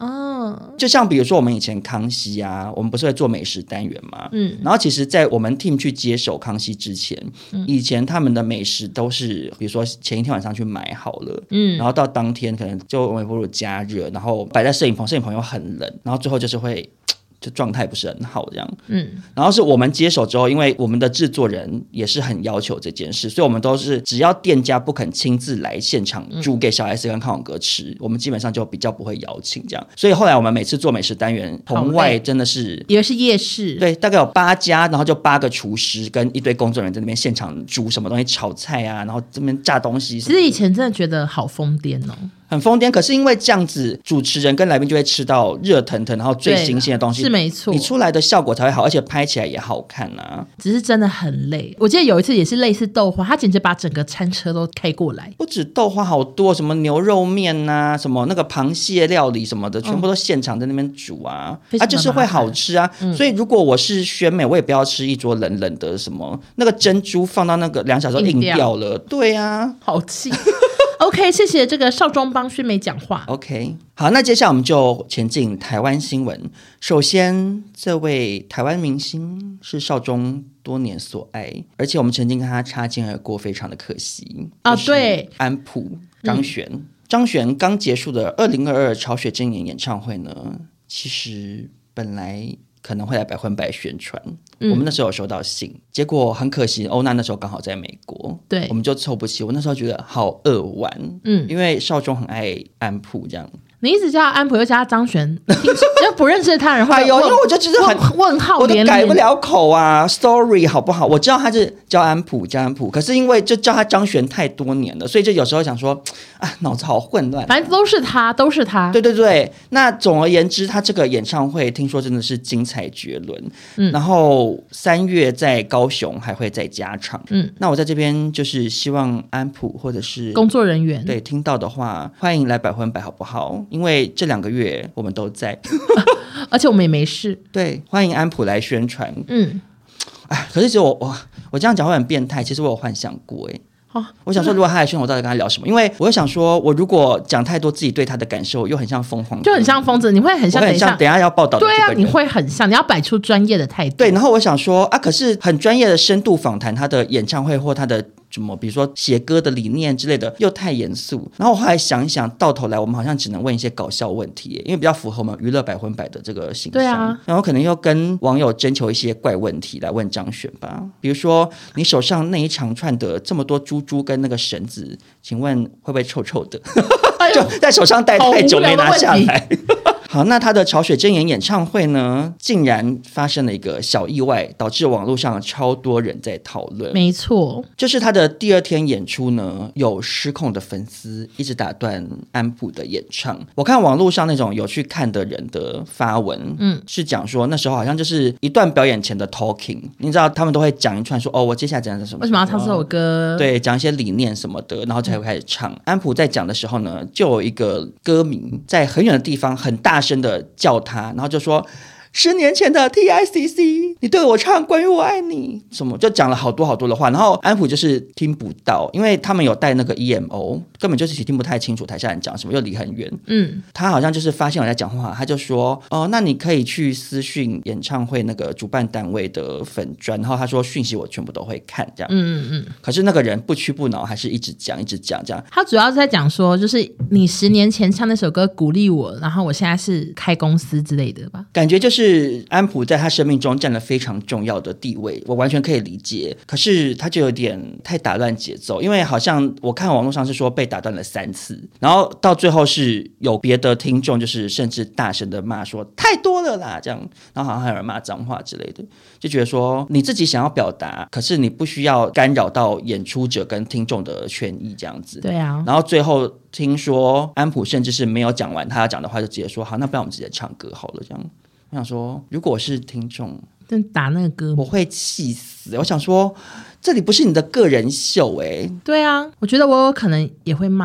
哦， 就像比如说我们以前康熙啊，我们不是会做美食单元嘛， 嗯， 然后其实在我们 team 去接手康熙之前、嗯、以前他们的美食都是比如说前一天晚上去买好了，嗯，然后到当天可能就微波炉加热，然后摆在摄影棚，摄影棚又很冷，然后最后就是会就状态不是很好这样，嗯，然后是我们接手之后，因为我们的制作人也是很要求这件事，所以我们都是只要店家不肯亲自来现场煮给小 S 跟康永哥吃、嗯、我们基本上就比较不会邀请这样，所以后来我们每次做美食单元，棚外真的是以为是夜市， 对，大概有八家，然后就八个厨师跟一堆工作人员在那边现场煮什么东西，炒菜啊，然后这边炸东西。 其实以前真的觉得好疯癫哦， 很疯癫，可是因为这样子，主持人跟来宾就会吃到热腾腾，然后最新鲜的东西， 是没错， 你出来的效果才会好，而且拍起来也好看啊。 只是真的很累，我记得有一次也是类似豆花，他简直把整个餐车都开过来， 不止豆花好多，什么牛肉面啊，什么那个螃蟹料理什么的，全部都现场在那边煮啊，嗯、啊就是会好吃啊、嗯。所以如果我是选美，我也不要吃一桌冷冷的什么那个珍珠放到那个两小时硬掉了，对啊， 好气。OK， 谢谢这个少中帮宣美讲话。 OK， 好，那接下来我们就前进台湾新闻。首先，这位台湾明星是少中多年所爱，而且我们曾经跟他擦肩而过，非常的可惜啊。对， 安普张悬，嗯、张悬刚结束的二零二二曹雪芹演唱会呢，其实本来可能会来百分百宣传、嗯、我们那时候有收到信，结果很可惜欧娜那时候刚好在美国，对，我们就凑不齐。我那时候觉得好扼腕，嗯，因为少中很爱安普这样。 你一直叫他安普又叫他张悬，就不认识的他人会哎呦，因为我就觉得很问号， 我都改不了口啊 ，sorry 好不好？我知道他是叫安普叫安普，可是因为就叫他张悬太多年了，所以就有时候想说啊，脑子好混乱。 反正都是他，都是他。 对对对，那总而言之，他这个演唱会听说真的是精彩绝伦，嗯，然后三月在高雄还会再加场，嗯，那我在这边就是希望安普或者是工作人员对听到的话，欢迎来百分百好不好？因为这两个月我们都在而且我们也没事， 对，欢迎安普来宣传。嗯，哎，可是其实我我我这样讲会很变态，其实我有幻想过哎。哦、我想说如果他来宣传我到底跟他聊什么，因为我又想说我如果讲太多自己对他的感受又很像疯狂， 就很像疯子，你会很像等一下等一下要报道的对啊，你会很像，你要摆出专业的态度。 对，然后我想说啊，可是很专业的深度访谈他的演唱会或他的什么比如说写歌的理念之类的又太严肃，然后我后来想一想，到头来我们好像只能问一些搞笑问题，因为比较符合我们娱乐百分百的这个形象。对啊，然后可能又跟网友征求一些怪问题来问张悬吧，比如说你手上那一长串的这么多珠珠跟那个绳子，请问会不会臭臭的？就在手上戴太久没拿下来。好，那他的曹雪芹演演唱会呢，竟然发生了一个小意外，导致网络上超多人在讨论。 没错， 就是他的第二天演出呢，有失控的粉丝一直打断安普的演唱。我看网络上那种有去看的人的发文，嗯，是讲说那时候好像就是一段表演前的 talking， 你知道他们都会讲一串说哦，我接下来讲的什么， 为什么要唱这首歌？对， 讲一些理念什么的，然后才会开始唱。嗯、安普在讲的时候呢，就有一个歌迷在很远的地方很大声的叫他，然后就说十年前的 T I C C 你对我唱关于我爱你什么，就讲了好多好多的话，然后安普就是听不到，因为他们有带那个 E M O， 根本就是听不太清楚台下人讲什么，又离很远。嗯，他好像就是发现我在讲话，他就说哦，那你可以去私讯演唱会那个主办单位的粉专，然后他说讯息我全部都会看这样。嗯嗯嗯。可是那个人不屈不挠，还是一直讲一直讲这样。 他主要是在讲说，就是你十年前唱那首歌鼓励我，然后我现在是开公司之类的吧， 感觉就是是安普在他生命中占了非常重要的地位，我完全可以理解。可是他就有点太打乱节奏，因为好像我看网络上是说被打断了三次，然后到最后是有别的听众就是甚至大声的骂说太多了啦这样，然后好像还有人骂脏话之类的，就觉得说你自己想要表达，可是你不需要干扰到演出者跟听众的权益这样子。 对啊， 然后最后听说安普甚至是没有讲完他要讲的话，就直接说好，那不然我们直接唱歌好了这样。我想说如果我是听众打那个歌我会气死。我想说这里不是你的个人秀哎、欸。 对啊，我觉得我有可能也会骂哎、欸。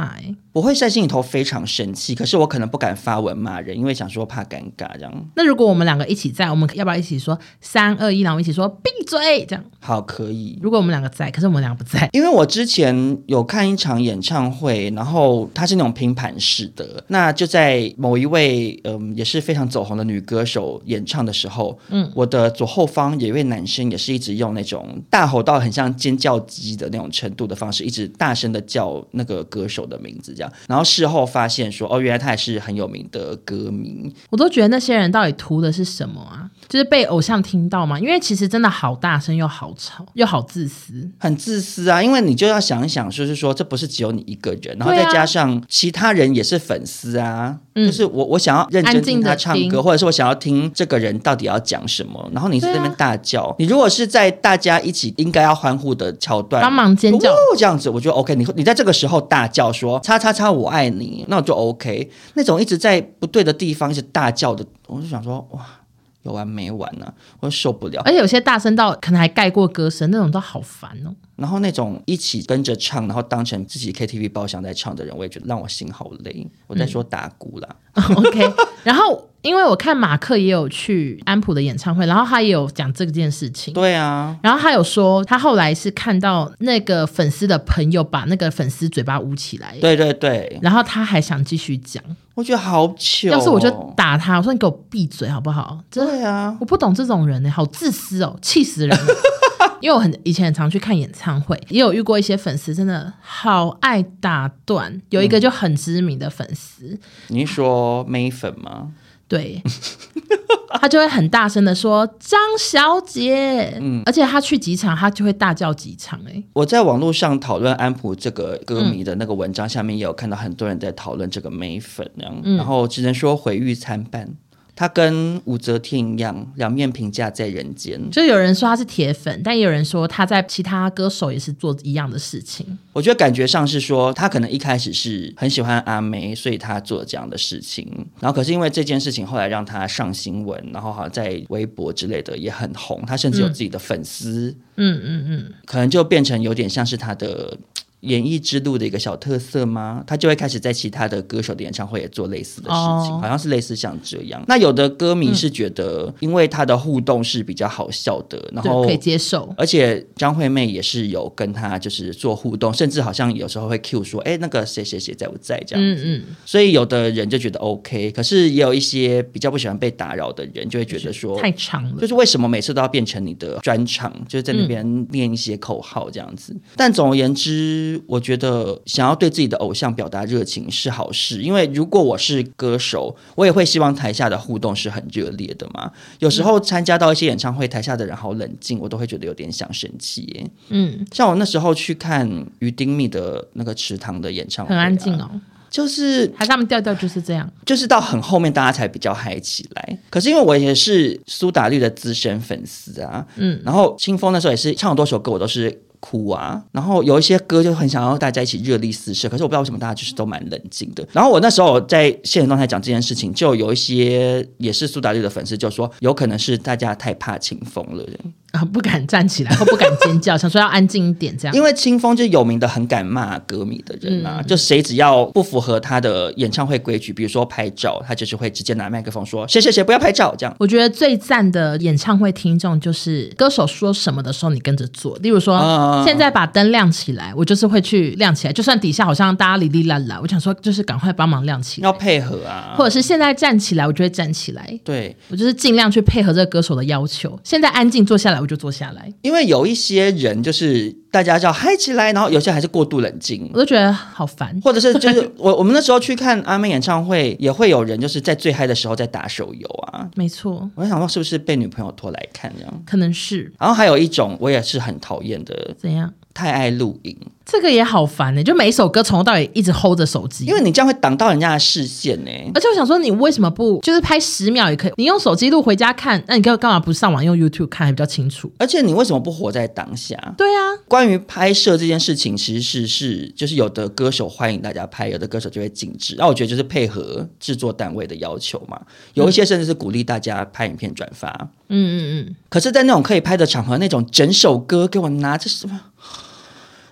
我会在心里头非常生气，可是我可能不敢发文骂人，因为想说怕尴尬这样。 那如果我们两个一起在，我们要不要一起说三二一，然后一起说闭嘴这样？ 好，可以。 如果我们两个在，可是我们两个不在， 因为我之前有看一场演唱会，然后它是那种拼盘式的，那就在某一位嗯也是非常走红的女歌手演唱的时候，嗯，我的左后方有一位男生也是一直用那种大吼到很像尖叫鸡的那种程度的方式，一直大声的叫那个歌手的名字这样，然后事后发现说哦，原来他也是很有名的歌迷。 我都觉得那些人到底图的是什么啊？就是被偶像听到吗？因为其实真的好大声又好吵又好自私， 很自私啊！因为你就要想一想，就是说这不是只有你一个人，然后再加上其他人也是粉丝啊，嗯、就是我我想要认真听他唱歌，或者是我想要听这个人到底要讲什么，然后你是在那边大叫、啊，你如果是在大家一起应该要欢呼的桥段， 帮忙尖叫、哦、 这样子，我觉得 OK 你。你在这个时候大叫说“叉叉叉我爱你”，那我就 OK。那种一直在不对的地方一直大叫的，我就想说哇。有完没完呢、啊？我受不了。 而且有些大声到可能还盖过歌声，那种都好烦哦。 然后那种一起跟着唱，然后当成自己 K T V 包厢在唱的人，我也觉得让我心好累。我在说打鼓啦。 嗯、OK， 然后因为我看马克也有去安普的演唱会，然后他也有讲这件事情。 对啊， 然后他有说，他后来是看到那个粉丝的朋友把那个粉丝嘴巴捂起来。 对对对。然后他还想继续讲。 我觉得好糗、哦， 要是我就打他，我说你给我闭嘴好不好？ 对啊， 我不懂这种人呢、欸，好自私哦，气死人了。因为我很以前很常去看演唱会，也有遇过一些粉丝真的好爱打断，有一个就很知名的粉丝、嗯， 你是说妹粉吗？ 对，他就会很大声的说张小姐、嗯、而且他去几场他就会大叫几场、欸、 我在网络上讨论安普这个歌迷的那个文章下面也有看到很多人在讨论这个妹粉、嗯、然后只能说毁誉参半，他跟武则天一样两面评价在人间， 就有人说他是铁粉，但也有人说他在其他歌手也是做一样的事情。 我觉得感觉上是说他可能一开始是很喜欢阿妹，所以他做这样的事情，然后可是因为这件事情后来让他上新闻，然后好像在微博之类的也很红，他甚至有自己的粉丝，嗯嗯嗯，可能就变成有点像是他的演艺之路的一个小特色吗？他就会开始在其他的歌手的演唱会也做类似的事情、哦、好像是类似像这样。那有的歌迷是觉得因为他的互动是比较好笑的、嗯、然后可以接受， 而且张惠妹也是有跟他就是做互动，甚至好像有时候会 cue 说哎，那个谁谁谁在不在这样子、嗯嗯、所以有的人就觉得 OK， 可是也有一些比较不喜欢被打扰的人就会觉得说太长了， 就是为什么每次都要变成你的专场，就是在那边念一些口号这样子、嗯、但总而言之我觉得想要对自己的偶像表达热情是好事，因为如果我是歌手我也会希望台下的互动是很热烈的嘛。有时候参加到一些演唱会台下的人好冷静，我都会觉得有点想生气耶。嗯，像我那时候去看于丁密的那个池塘的演唱会、啊、 很安静哦， 就是还是他们调调就是这样， 就是到很后面大家才比较嗨起来。可是因为我也是苏打绿的资深粉丝啊，嗯，然后清风那时候也是唱了多首歌我都是哭啊，然后有一些歌就很想要大家一起热力四射，可是我不知道为什么大家就是都蛮冷静的。然后我那时候在现实动态讲这件事情，就有一些也是苏打绿的粉丝就说有可能是大家太怕清风了人啊，不敢站起来或不敢尖叫想说要安静一点这样。 因为清风就有名的很敢骂歌迷的人啊、嗯、就谁只要不符合他的演唱会规矩，比如说拍照，他就是会直接拿麦克风说谁谁谁不要拍照这样。 我觉得最赞的演唱会听众就是歌手说什么的时候你跟着做，例如说、嗯、现在把灯亮起来，我就是会去亮起来，就算底下好像大家哩哩啦啦，我想说就是赶快帮忙亮起来， 要配合啊。 或者是现在站起来我就会站起来，对，我就是尽量去配合这个歌手的要求，现在安静坐下来我就坐下来。 因为有一些人就是大家叫嗨起来，然后有些还是过度冷静， 我都觉得好烦。 或者是就是我我们那时候去看阿妹演唱会也会有人就是在最嗨的时候在打手游啊， 没错， 我在想说是不是被女朋友拖来看这样， 可能是。然后还有一种我也是很讨厌的， 怎样？ 太爱录影， 这个也好烦欸，就每一首歌从头到尾一直 hold 着手机， 因为你这样会挡到人家的视线欸。 而且我想说你为什么不就是拍十秒也可以，你用手机录回家看，那你干嘛不上网用 YouTube 看还比较清楚？ 而且你为什么不活在当下？ 对啊， 关于拍摄这件事情其实是是就是有的歌手欢迎大家拍，有的歌手就会禁止，然后我觉得就是配合制作单位的要求嘛，有一些甚至是鼓励大家拍影片转发。嗯嗯嗯。可是在那种可以拍的场合，那种整首歌给我拿着什么，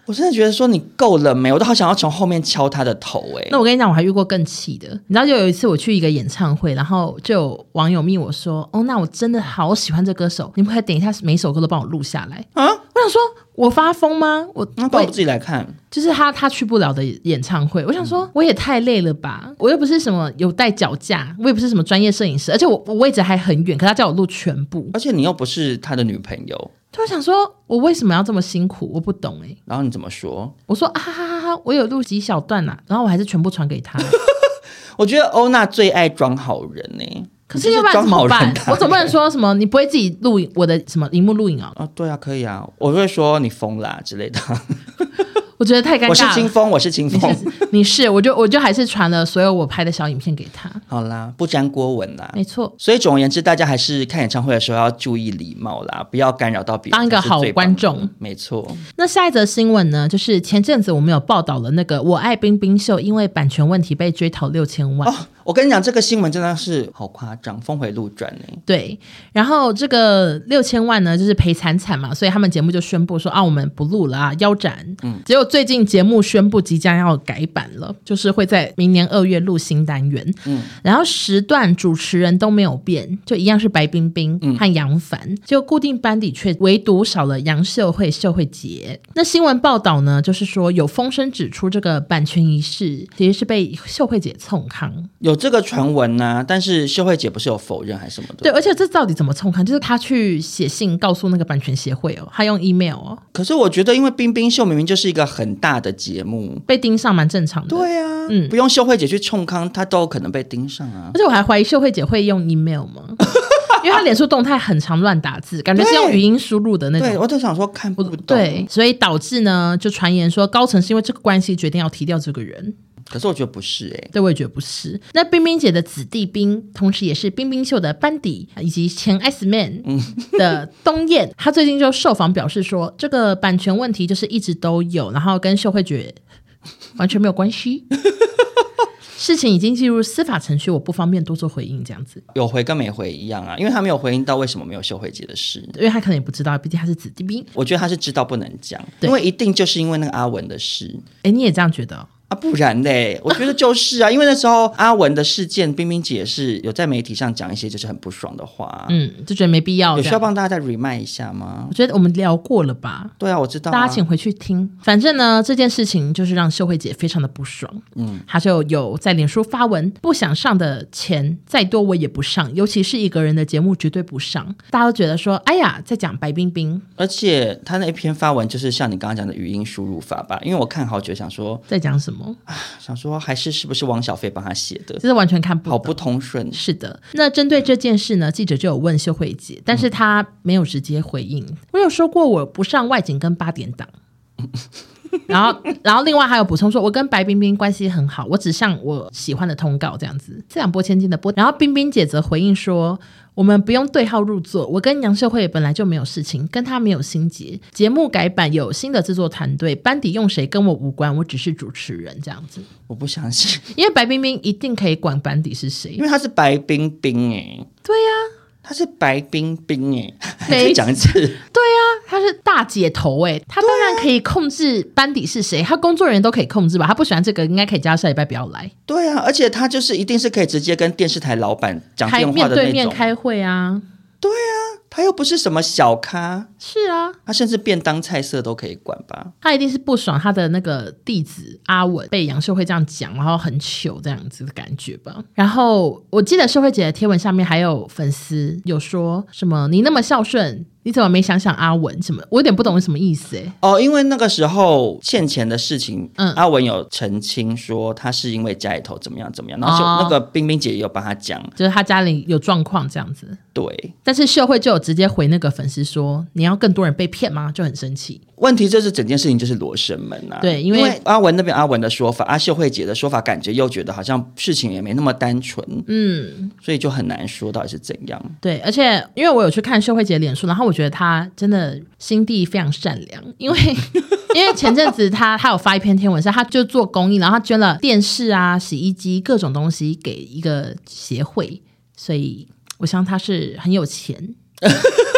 我真的觉得说你够了没，我都好想要从后面敲他的头哎、欸。 那我跟你讲，我还遇过更气的，你知道，就有一次我去一个演唱会，然后就有网友密我说：“哦，那我真的好喜欢这歌手，你们可以等一下每一首歌都帮我录下来啊！”我想说，我发疯吗？我那帮我自己来看， 就是他他去不了的演唱会，我想说，我也太累了吧！我又不是什么有带脚架，我也不是什么专业摄影师，而且我我位置还很远，可他叫我录全部， 而且你又不是他的女朋友。 就想说，我为什么要这么辛苦？我不懂哎、欸。 然后你怎么说？ 我说啊哈哈哈，我有录几小段啊，然后我还是全部传给他。 我觉得欧娜最爱装好人呢、欸， 可是要不然怎么办？我总不能说什么你不会自己录我的什么荧幕录影啊？ 哦，对啊，可以啊，我会说你疯啦之类的。 我觉得太尴尬了。 我是清风，我是清风， 你 是, 你是我就我就还是传了所有我拍的小影片给他。 好啦，不沾锅纹啦， 没错。 所以总而言之，大家还是看演唱会的时候要注意礼貌啦，不要干扰到别人， 当一个好观众。 没错。 那下一则新闻呢，就是前阵子我们有报道了那个我爱冰冰秀，因为版权问题被追讨六千万。 哦，我跟你讲，这个新闻真的是好夸张，峰回路转呢。 对，然后这个六千万呢，就是赔惨惨嘛，所以他们节目就宣布说啊，我们不录了啊，腰斩。嗯，结果最近节目宣布即将要改版了，就是会在明年二月录新单元。嗯，然后时段主持人都没有变，就一样是白冰冰和杨凡，嗯、就固定班底却唯独少了杨秀慧、秀慧姐。那新闻报道呢，就是说有风声指出，这个版权一事其实是被秀慧姐冲康。 有这个传闻啊，但是秀慧姐不是有否认还是什么的？ 对，而且这到底怎么冲康？就是她去写信告诉那个版权协会哦，她用 email 哦。 可是我觉得，因为冰冰秀明明就是一个很大的节目， 被盯上蛮正常的。 对啊，嗯，不用秀慧姐去冲康，她都有可能被盯上啊。 而且我还怀疑秀慧姐会用 email 吗？因为她脸书动态很常乱打字，感觉是用语音输入的那种。 对，我就想说看不懂。 对，所以导致呢，就传言说高层是因为这个关系决定要提掉这个人。 可是我觉得不是哎、欸， 对，我也觉得不是。那冰冰姐的子弟兵，同时也是冰冰秀的班底，以及前 Ice Man 的东燕，他最近就受访表示说，这个版权问题就是一直都有，然后跟秀慧姐完全没有关系。事情已经进入司法程序，我不方便多做回应，这样子。 有回跟没回一样啊，因为他没有回应到为什么没有秀慧姐的事， 因为他可能也不知道，毕竟他是子弟兵。 我觉得他是知道不能讲，因为一定就是因为那个阿文的事。 哎，你也这样觉得哦？ 啊，不然嘞，我觉得就是啊，因为那时候阿文的事件，冰冰姐是有在媒体上讲一些就是很不爽的话， 嗯，就觉得没必要。 有需要帮大家再 remind 一下吗？ 我觉得我们聊过了吧。 对啊，我知道、啊， 大家请回去听。反正呢，这件事情就是让秀慧姐非常的不爽，嗯，她就有在脸书发文，不想上的钱再多我也不上，尤其是一个人的节目绝对不上。大家都觉得说，哎呀，在讲白冰冰， 而且他那一篇发文就是像你刚刚讲的语音输入法吧？因为我看好久想说在讲什么。 想说还是是不是汪小菲帮他写的， 这是完全看不懂， 好不通顺。 是的，那针对这件事呢，记者就有问秀慧姐，但是她没有直接回应。我有说过我不上外景跟八点档。然后，然后另外还有补充说，我跟白冰冰关系很好，我只上我喜欢的通告这样子，这两波千金的波。然后冰冰姐则回应说，我们不用对号入座，我跟杨秀慧本来就没有事情，跟她没有心结。节目改版有新的制作团队，班底用谁跟我无关，我只是主持人这样子。 我不相信， 因为白冰冰一定可以管班底是谁， 因为她是白冰冰哎、欸。 对呀、啊。 他是白冰冰哎，再讲一次。对啊，他是大姐头哎，他当然可以控制班底是谁，他工作人员都可以控制吧？他不喜欢这个，应该可以叫他下礼拜不要来。 对啊，而且他就是一定是可以直接跟电视台老板讲电话的那种， 面对面开会啊。 对啊，他又不是什么小咖。 是啊， 他甚至便当菜色都可以管吧？ 他一定是不爽他的那个弟子阿文被杨秀慧这样讲，然后很糗这样子的感觉吧。然后我记得秀慧姐的贴文下面还有粉丝有说什么你那么孝顺，你怎么没想想阿文什么？我有点不懂什么意思哎、欸。 哦，因为那个时候欠钱的事情，嗯，阿文有澄清说他是因为家里头怎么样怎么样，然后、哦、那个冰冰姐也有帮他讲， 就是他家里有状况这样子。 对， 但是秀慧就有直接回那个粉丝说，你要更多人被骗吗？就很生气。 问题就是整件事情就是罗生门啊， 对，因为, 因为阿文那边阿文的说法，阿秀慧姐的说法，感觉又觉得好像事情也没那么单纯，嗯，所以就很难说到底是怎样。 对，而且因为我有去看秀慧姐的脸书，然后我觉得她真的心地非常善良，因为因为前阵子她她有发一篇天文是她就做公益，然后她捐了电视啊、洗衣机各种东西给一个协会，所以我想她是很有钱。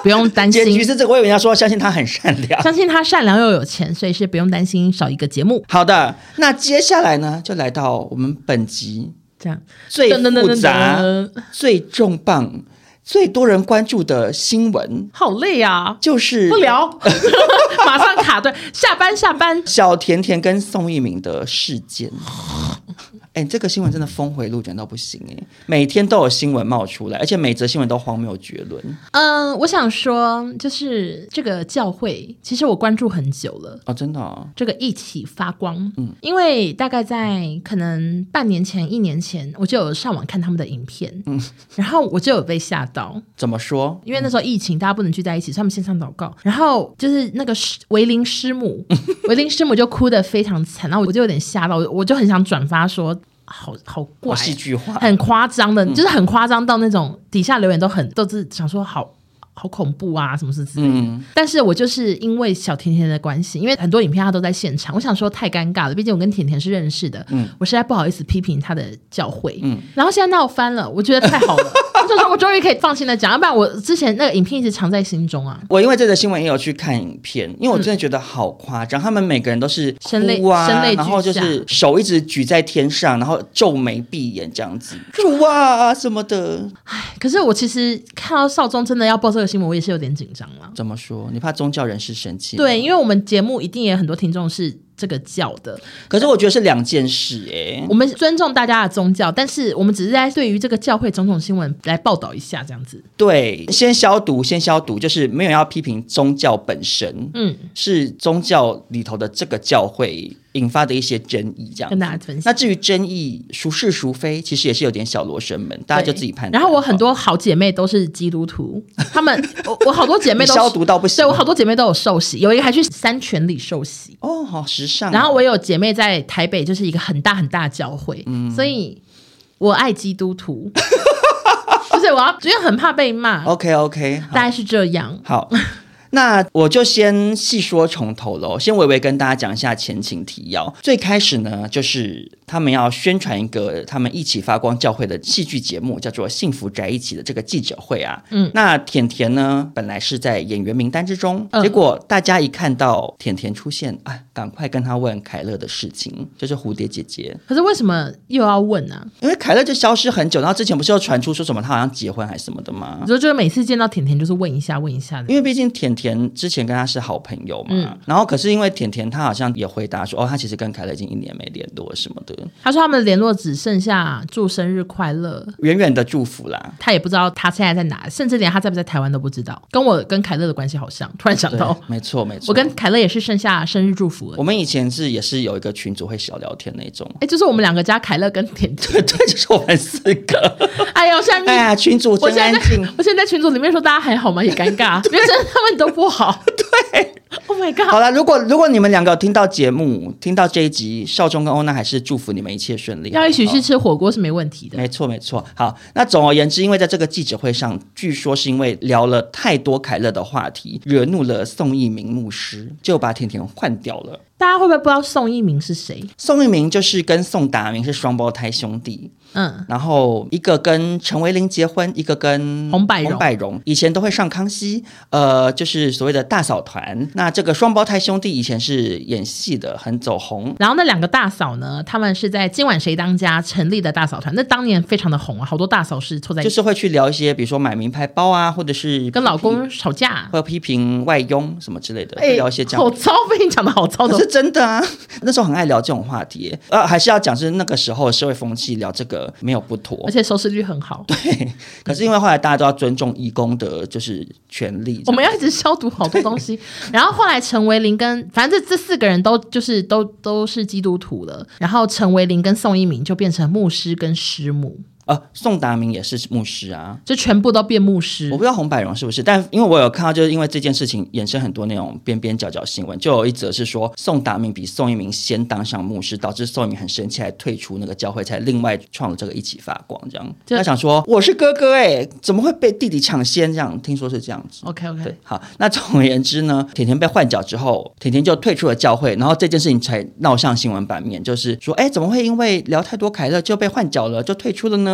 不用担心。 结局是这个，我以为要说相信他很善良， 相信他善良又有钱，所以是不用担心少一个节目。 好的，那接下来呢，就来到我们本集这样最复杂、噔噔噔噔噔最重磅、最多人关注的新闻。 好累啊， 就是不聊，马上卡顿，下班下班。 小甜甜跟宋一鸣的事件。哎，这个新闻真的峰回路转到不行哎，每天都有新闻冒出来，而且每则新闻都荒谬绝伦。 嗯，我想说，就是这个教会，其实我关注很久了哦，真的哦。 这个一起发光，嗯，因为大概在可能半年前、一年前，我就有上网看他们的影片，嗯，然后我就有被吓到。 怎么说？ 因为那时候疫情，大家不能聚在一起，所以他们线上祷告，然后就是那个维林师母，维林师母就哭得非常惨，然后我就有点吓到，我就很想转发说。好好怪， 好戏剧化， 很夸张的，嗯、就是很夸张到那种底下留言都很都是想说好好恐怖啊，什么事之类的。嗯、但是我就是因为小甜甜的关系，因为很多影片他都在现场，我想说太尴尬了，毕竟我跟甜甜是认识的，嗯、我实在不好意思批评他的教会。嗯、然后现在闹翻了，我觉得太好了。我就说我终于可以放心的讲，要不然我之前那个影片一直藏在心中啊。 我因为这个新闻也有去看影片，因为我真的觉得好夸张，嗯、他们每个人都是哭啊，然后就是手一直举在天上，然后皱眉闭眼这样子，主啊什么的。 唉，可是我其实看到少宗真的要报这个新闻，我也是有点紧张了。 怎么说？你怕宗教人士生气？ 对，因为我们节目一定也有很多听众是这个教的， 可是我觉得是两件事哎、欸。 我们尊重大家的宗教，但是我们只是在对于这个教会种种新闻来报道一下，这样子。 对，先消毒，先消毒，就是没有要批评宗教本身，嗯，是宗教里头的这个教会引发的一些争议，这样跟大家分享。 那至于争议孰是孰非，其实也是有点小罗生门，大家就自己判断。 然后我很多好姐妹都是基督徒，她们我我好多姐妹都消毒到不行， 对我好多姐妹都有受洗，有一个还去三权里受洗哦，好时尚、啊。 然后我有姐妹在台北，就是一个很大很大的教会，嗯、所以我爱基督徒。就是我要，因为很怕被骂。 OK OK， 大概是这样。 好。那我就先细说从头喽，先微微跟大家讲一下前情提要。最开始呢，就是他们要宣传一个他们一起发光教会的戏剧节目，叫做《幸福宅一起》的这个记者会啊。嗯，那甜甜呢，本来是在演员名单之中，嗯、结果大家一看到甜甜出现，哎，赶快跟他问凯乐的事情，就是蝴蝶姐姐。 可是为什么又要问呢、啊？ 因为凯乐就消失很久，然后之前不是又传出说什么他好像结婚还是什么的吗？ 你说就是每次见到甜甜就是问一下问一下的， 因为毕竟甜甜。甜之前跟他是好朋友嘛、嗯、然后可是因为甜甜他好像也回答说哦，他其实跟凯乐已经一年没联络什么的。 他说他们的联络只剩下祝生日快乐， 远远的祝福啦。 他也不知道他现在在哪，甚至连他在不在台湾都不知道。跟我跟凯乐的关系好像，突然想到， 没错没错， 我跟凯乐也是剩下生日祝福了。 我们以前是也是有一个群组会小聊天那种， 哎，就是我们两个加凯乐跟甜甜， 对对，就是我们四个。 哎呦，现在哎呀，群组真安静。 我现在在群组里面说大家还好吗？也尴尬，因为真的他们都不好。对 ，Oh my god！ 好了，如果如果你们两个有听到节目，听到这一集，少中跟欧娜还是祝福你们一切顺利。 要一起去吃火锅是没问题的。 没错没错。好，那总而言之，因为在这个记者会上，据说是因为聊了太多凯乐的话题，惹怒了宋一鸣牧师，就把甜甜换掉了。 大家会不会不知道宋一鸣是谁？ 宋一鸣就是跟宋达明是双胞胎兄弟，嗯，然后一个跟陈维林结婚，一个跟洪百荣， 洪百荣以前都会上康熙，呃，就是所谓的大嫂团。那这个双胞胎兄弟以前是演戏的，很走红。 然后那两个大嫂呢，他们是在今晚谁当家成立的大嫂团，那当年非常的红啊，好多大嫂是凑在一起， 就是会去聊一些，比如说买名牌包啊，或者是跟老公吵架， 或者批评外佣什么之类的，欸、聊一些这样。 好糟，被你讲的好糟的， 是真的啊。那时候很爱聊这种话题，呃，还是要讲是那个时候的社会风气，聊这个没有不妥， 而且收视率很好。 对，可是因为后来大家都要尊重移工的，就是权利， 我们要一直消毒好多东西。然后后来陈维林跟反正这这四个人都就是都都是基督徒了，然后陈维林跟宋一鸣就变成牧师跟师母。 呃，宋达明也是牧师啊， 就全部都变牧师。 我不知道洪百荣是不是，但因为我有看到，就是因为这件事情衍生很多那种边边角角新闻，就有一则是说宋达明比宋一鸣先当上牧师，导致宋一鸣很生气，还退出那个教会，才另外创了这个一起发光这样。他想说我是哥哥哎、欸，怎么会被弟弟抢先这样？听说是这样子。 OK OK， 对，好，那总而言之呢，甜甜被换角之后，甜甜就退出了教会，然后这件事情才闹上新闻版面，就是说，哎，怎么会因为聊太多凯乐就被换角了，就退出了呢？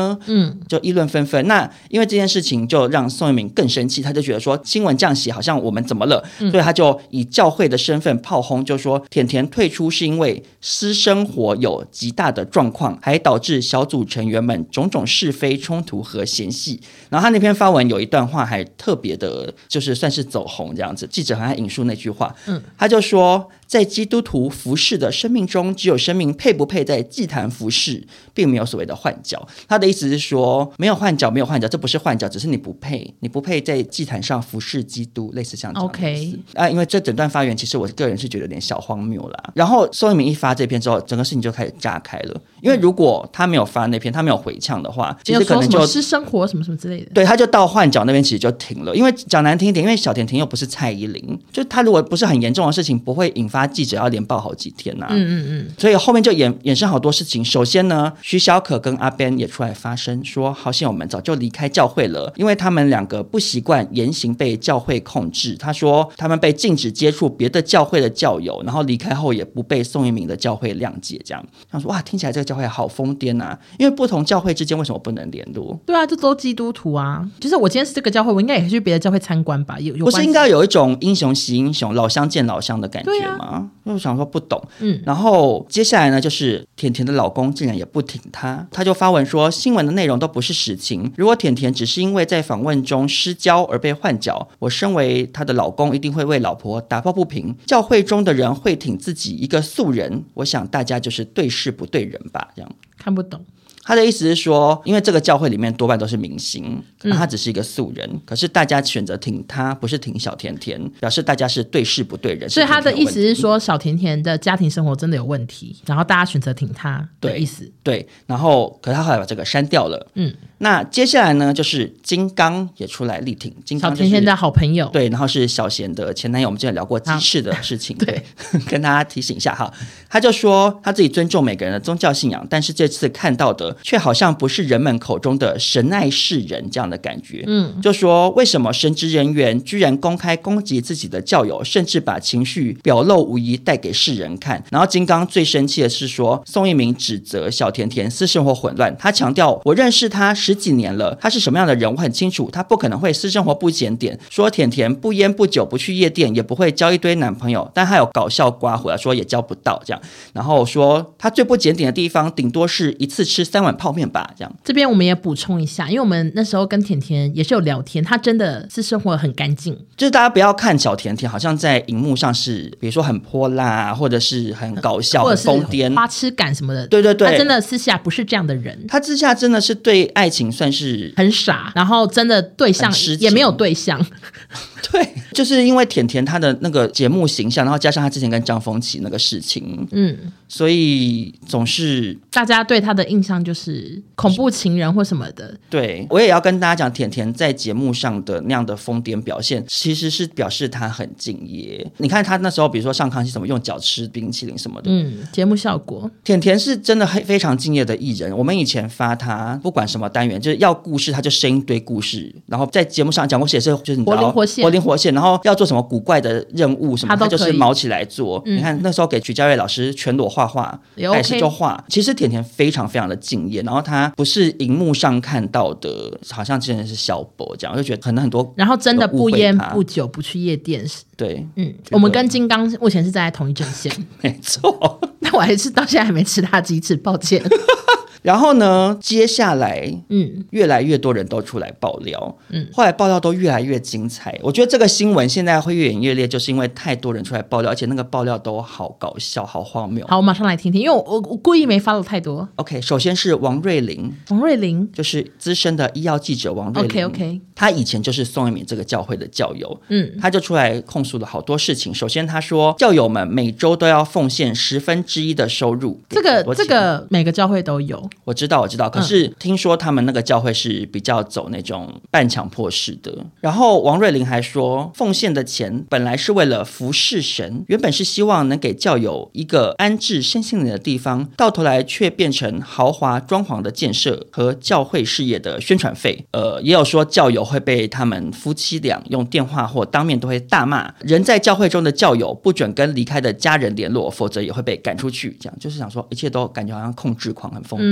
呢？嗯，就议论纷纷。那因为这件事情就让宋一鸣更生气，他就觉得说新闻这样写好像我们怎么了、嗯、所以他就以教会的身份炮轰，就说甜甜退出是因为私生活有极大的状况，还导致小组成员们种种是非冲突和嫌隙。然后他那篇发文有一段话还特别的就是算是走红这样子，记者好像引述那句话、嗯、他就说在基督徒服侍的生命中，只有生命配不配在祭坛服侍，并没有所谓的换角。他的意思是说没有换角没有换角，这不是换角，只是你不配你不配在祭坛上服侍基督，类似像这样的意思、okay. 啊，因为这整段发言其实我个人是觉得有点小荒谬啦。然后宋一鸣一发这篇之后，整个事情就开始炸开了，因为如果他没有发那篇，他没有回呛的话，其实可能就私生活什么什么之类的， 对，他就到换角那边其实就停了。因为讲难听一点，因为小甜甜又不是蔡依林，就他如果不是很严重的事情，不会引发记者要连报好几天啊。嗯嗯嗯。所以后面就衍衍生好多事情。首先呢，徐小可跟阿 Ben 也出来发声说，好险我们早就离开教会了，因为他们两个不习惯言行被教会控制。他说他们被禁止接触别的教会的教友，然后离开后也不被宋一鸣的教会谅解。这样他说哇，听起来这个教会好疯癫啊，因为不同教会之间为什么不能联络？对啊，这都基督徒啊，就是我今天是这个教会，我应该也可以去别的教会参观吧？有有不是应该有一种英雄惜英雄，老乡见老乡的感觉吗？啊、我想说不懂。嗯，然后接下来呢，就是甜甜的老公竟然也不挺她，他就发文说新闻的内容都不是实情，如果甜甜只是因为在访问中失焦而被换角，我身为她的老公一定会为老婆打抱不平。教会中的人会挺自己一个素人，我想大家就是对事不对人吧。这样看不懂。 他的意思是说，因为这个教会里面多半都是明星，他只是一个素人、嗯、可是大家选择挺他，不是挺小甜甜，表示大家是对事不对人。 所以他的意思是说小甜甜的家庭生活真的有问题，然后大家选择挺他的意思。 对, 对，然后可是他后来把这个删掉了。嗯，那接下来呢，就是金刚也出来力挺金刚、就是、 小甜甜的好朋友。 对，然后是小贤的前男友，我们之前聊过鸡翅的事情。对，跟大家提醒一下哈。他就说他自己尊重每个人的宗教信仰，但是这次看到的却好像不是人们口中的神爱世人这样的感觉。嗯，就说为什么神职人员居然公开攻击自己的教友，甚至把情绪表露无遗带给世人看。然后金刚最生气的是说宋一鸣指责小甜甜私生活混乱，他强调我认识他十几年了，他是什么样的人我很清楚，他不可能会私生活不检点。说甜甜不烟不酒不去夜店，也不会交一堆男朋友，但他有搞笑刮胡说也交不到这样。然后说他最不检点的地方顶多是一次吃三碗泡面吧这样。 这边我们也补充一下，因为我们那时候跟甜甜也是有聊天，他真的是生活很干净， 就是大家不要看小甜甜好像在荧幕上是比如说很泼辣或者是很搞笑或者是很疯癫花痴感什么的。 对对对， 他真的私下不是这样的人， 他私下真的是对爱情算是很傻，然后真的对象也没有对象。 对，就是因为甜甜她的那个节目形象，然后加上她之前跟张丰琪那个事情，嗯，所以总是大家对她的印象就是恐怖情人或什么的。 对，我也要跟大家讲，甜甜在节目上的那样的疯癫表现，其实是表示她很敬业。你看她那时候，比如说上康熙什么用脚吃冰淇淋什么的， 嗯，节目效果。 甜甜是真的非常敬业的艺人。我们以前发她不管什么单元，就是要故事，她就生一堆故事，然后在节目上讲故事也是就是你知道活灵活现， 活灵活现，然后要做什么古怪的任务什么，他就是毛起来做。嗯、你看那时候给曲家瑞老师全裸画画，也、OK、还是就画。其实甜甜非常非常的敬业，然后他不是荧幕上看到的，好像真的是小博这样，我就觉得可能很多， 然后真的不烟不酒不去夜店。 对， 嗯，我们跟金刚目前是在同一阵线， 没错。 但我还是到现在还没吃他鸡翅，抱歉。 然后呢，接下来，嗯，越来越多人都出来爆料，嗯，后来爆料都越来越精彩。我觉得这个新闻现在会越演越烈，就是因为太多人出来爆料，而且那个爆料都好搞笑，好荒谬。 好，我马上来听听，因为我我故意没 follow 太多。 OK， 首先是王瑞麟， 王瑞麟就是资深的医药记者王瑞麟。 OK OK， 他以前就是宋一鸣这个教会的教友，嗯，他就出来控诉了好多事情。首先他说，教友们每周都要奉献十分之一的收入， 这个这个每个教会都有， 我知道我知道。可是听说他们那个教会是比较走那种半强迫式的。然后王瑞麟还说，奉献的钱本来是为了服侍神，原本是希望能给教友一个安置身心灵的地方，到头来却变成豪华装潢的建设和教会事业的宣传费。呃，也有说教友会被他们夫妻俩用电话或当面都会大骂，人在教会中的教友不准跟离开的家人联络，否则也会被赶出去。这样就是想说一切都感觉好像控制狂很疯癫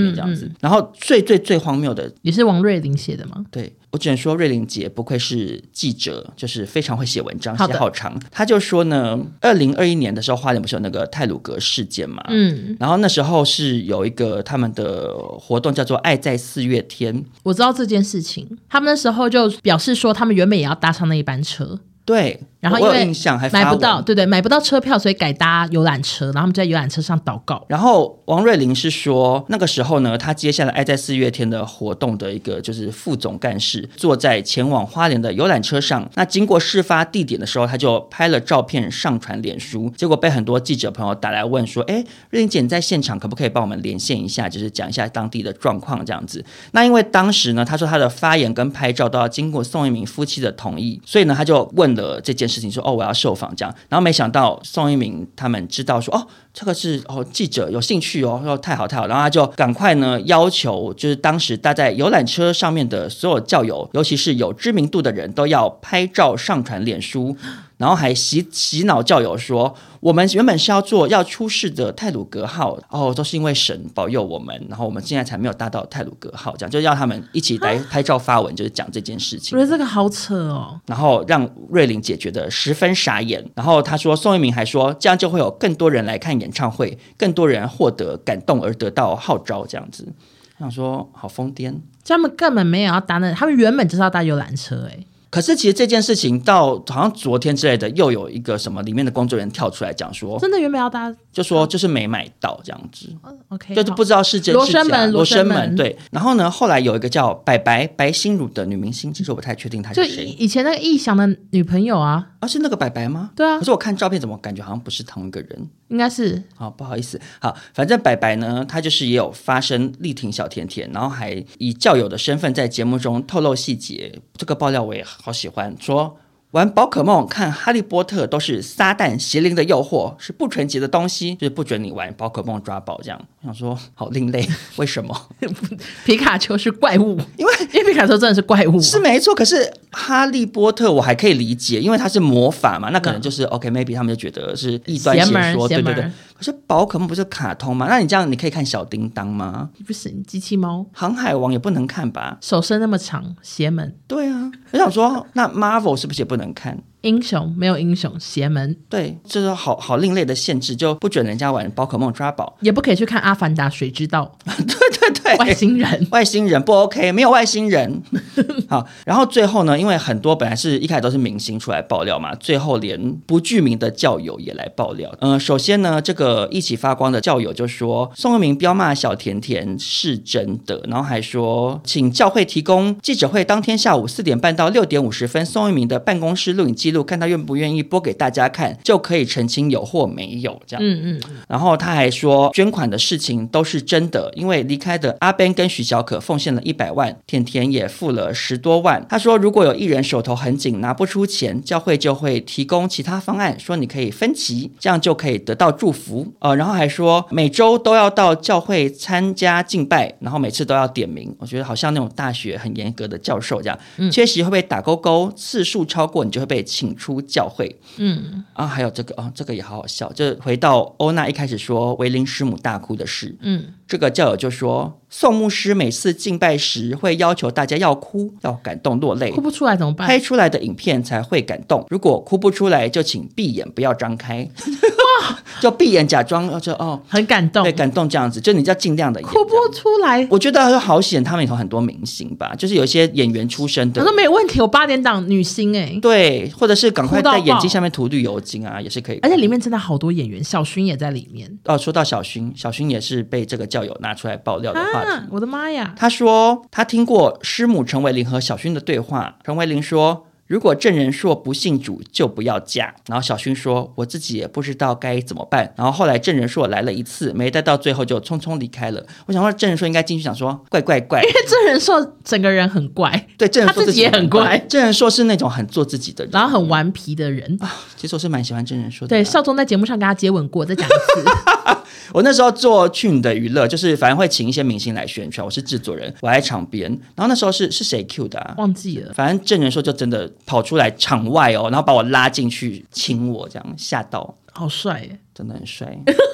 面这样子。嗯嗯、然后最最最荒谬的也是王瑞麟写的吗？ 对，我只能说瑞麟姐不愧是记者，就是非常会写文章，写好长。他就说呢，二零二一年的时候，花莲不是有那个太鲁阁事件嘛？嗯，然后那时候是有一个他们的活动叫做“爱在四月天”， 我知道这件事情，他们那时候就表示说，他们原本也要搭上那一班车。 对， 然后因为买不到，对对，买不到车票，所以改搭游览车，然后他们在游览车上祷告。 然后王瑞麟是说，那个时候呢，他接下了爱在四月天的活动的一个就是副总干事，坐在前往花莲的游览车上。那经过事发地点的时候，他就拍了照片上传脸书，结果被很多记者朋友打来问说：“哎，瑞麟姐你在现场可不可以帮我们连线一下，就是讲一下当地的状况这样子？”那因为当时呢，他说他的发言跟拍照都要经过宋一鸣夫妻的同意，所以呢，他就问了这件事情。说哦，我要受访这样，然后没想到宋一鸣他们知道说哦，这个是哦记者有兴趣哦，说太好太好，然后他就赶快呢要求，就是当时搭在游览车上面的所有教友，尤其是有知名度的人都要拍照上传脸书。然后还洗洗脑教友说，我们原本是要做要出事的太鲁阁号，哦，都是因为神保佑我们，然后我们现在才没有搭到太鲁阁号，这样就要他们一起来拍照发文，就是讲这件事情。 我觉得这个好扯哦。 然后让瑞麟姐觉得十分傻眼。然后他说，宋一鸣还说，这样就会有更多人来看演唱会，更多人获得感动而得到号召，这样子。我想说，好疯癫。 他们根本没有要搭那，他们原本就是要搭游览车哎。 可是其实这件事情到好像昨天之类的，又有一个什么里面的工作人员跳出来讲说， 真的原本要搭， 就说就是没买到这样子。 哦、OK， 就是不知道是真是假。 罗生门， 罗生门，对。然后呢，后来有一个叫白白白心如的女明星，其实我不太确定她是谁。 就以前那个逸翔的女朋友啊， 啊，是那个白白吗？ 对啊。 可是我看照片怎么感觉好像不是同一个人？ 应该是。 好，不好意思。好，反正白白呢，她就是也有发声力挺小甜甜，然后还以教友的身份在节目中透露细节。这个爆料我也好喜欢，说玩宝可梦看哈利波特都是撒旦邪灵的诱惑，是不纯洁的东西，就是不准你玩宝可梦抓宝这样。我想说好另类，为什么？ 皮卡丘是怪物， 因为因为皮卡丘真的是怪物， 是没错。可是哈利波特我还可以理解，因为它是魔法嘛，那可能就是、嗯、OK maybe 他们就觉得是异端邪说，对对对。可是宝可梦不是卡通吗？那你这样你可以看小叮当吗？ 不行，机器猫。 航海王也不能看吧？ 手伸那么长，邪门。 对啊，我想说那 Marvel 是不是也不能看？ 英雄没有英雄，邪门。 对，这是好好另类的限制，就不准人家玩宝可梦抓宝， 也不可以去看阿凡达水之道。 对对对， 外星人， 外星人不 OK， 没有外星人。好，然后最后呢，因为很多本来是一开始都是明星出来爆料嘛，最后连不具名的教友也来爆料。嗯、呃，首先呢，这个一起发光的教友就说宋一鸣彪骂小甜甜是真的，然后还说请教会提供记者会当天下午四点半到六点五十分宋一鸣的办公室录影记录，看他愿不愿意播给大家看，就可以澄清有或没有这样。嗯嗯。然后他还说捐款的事情都是真的，因为离开的阿 Ben 跟徐小可奉献了一百万，甜甜也付了十多万。他说如果有艺人手头很紧拿不出钱，教会就会提供其他方案，说你可以分期，这样就可以得到祝福。呃，然后还说每周都要到教会参加敬拜，然后每次都要点名。我觉得好像那种大学很严格的教授这样，嗯、缺席会被打勾勾，次数超过你就会被请出教会。嗯啊，还有这个哦，这个也好好笑，就回到欧娜一开始说维林师母大哭的事。嗯，这个教友就说宋牧师每次敬拜时会要求大家要哭，要感动落泪， 哭不出来怎么办？ 拍出来的影片才会感动，如果哭不出来就请闭眼不要张开。就闭眼假装就哦很感动， 对，感动这样子，就你要尽量的演， 哭不出来。 我觉得好险，他们里头很多明星吧，就是有一些演员出身的， 他说没有问题，有八点档女星哎、欸， 对，或者是赶快在眼睛下面涂绿油精啊，也是可以。 而且里面真的好多演员，小薰也在里面。 哦，说到小薰，小薰也是被这个教友拿出来爆料的话题。 啊、我的妈呀！ 他说他听过师母陈伟玲和小薰的对话，陈伟玲说，如果郑人硕不信主就不要嫁，然后小薰说我自己也不知道该怎么办，然后后来郑人硕来了一次，没待到最后就匆匆离开了。我想说郑人硕应该进去想说怪怪怪， 因为郑人硕整个人很怪， 对，郑人硕他自己也很怪， 郑人硕是那种很做自己的人， 然后很顽皮的人啊。 其实我是蛮喜欢郑人硕的， 对，少宗在节目上跟他接吻过，再讲一次。 我那时候做去你的娱乐，就是反正会请一些明星来宣传，我是制作人，我在场边，然后那时候是是谁 Q 的啊？ 忘记了。 反正郑人硕就真的跑出来场外哦，然后把我拉进去亲我，这样吓到。 好帅耶， 真的很帅。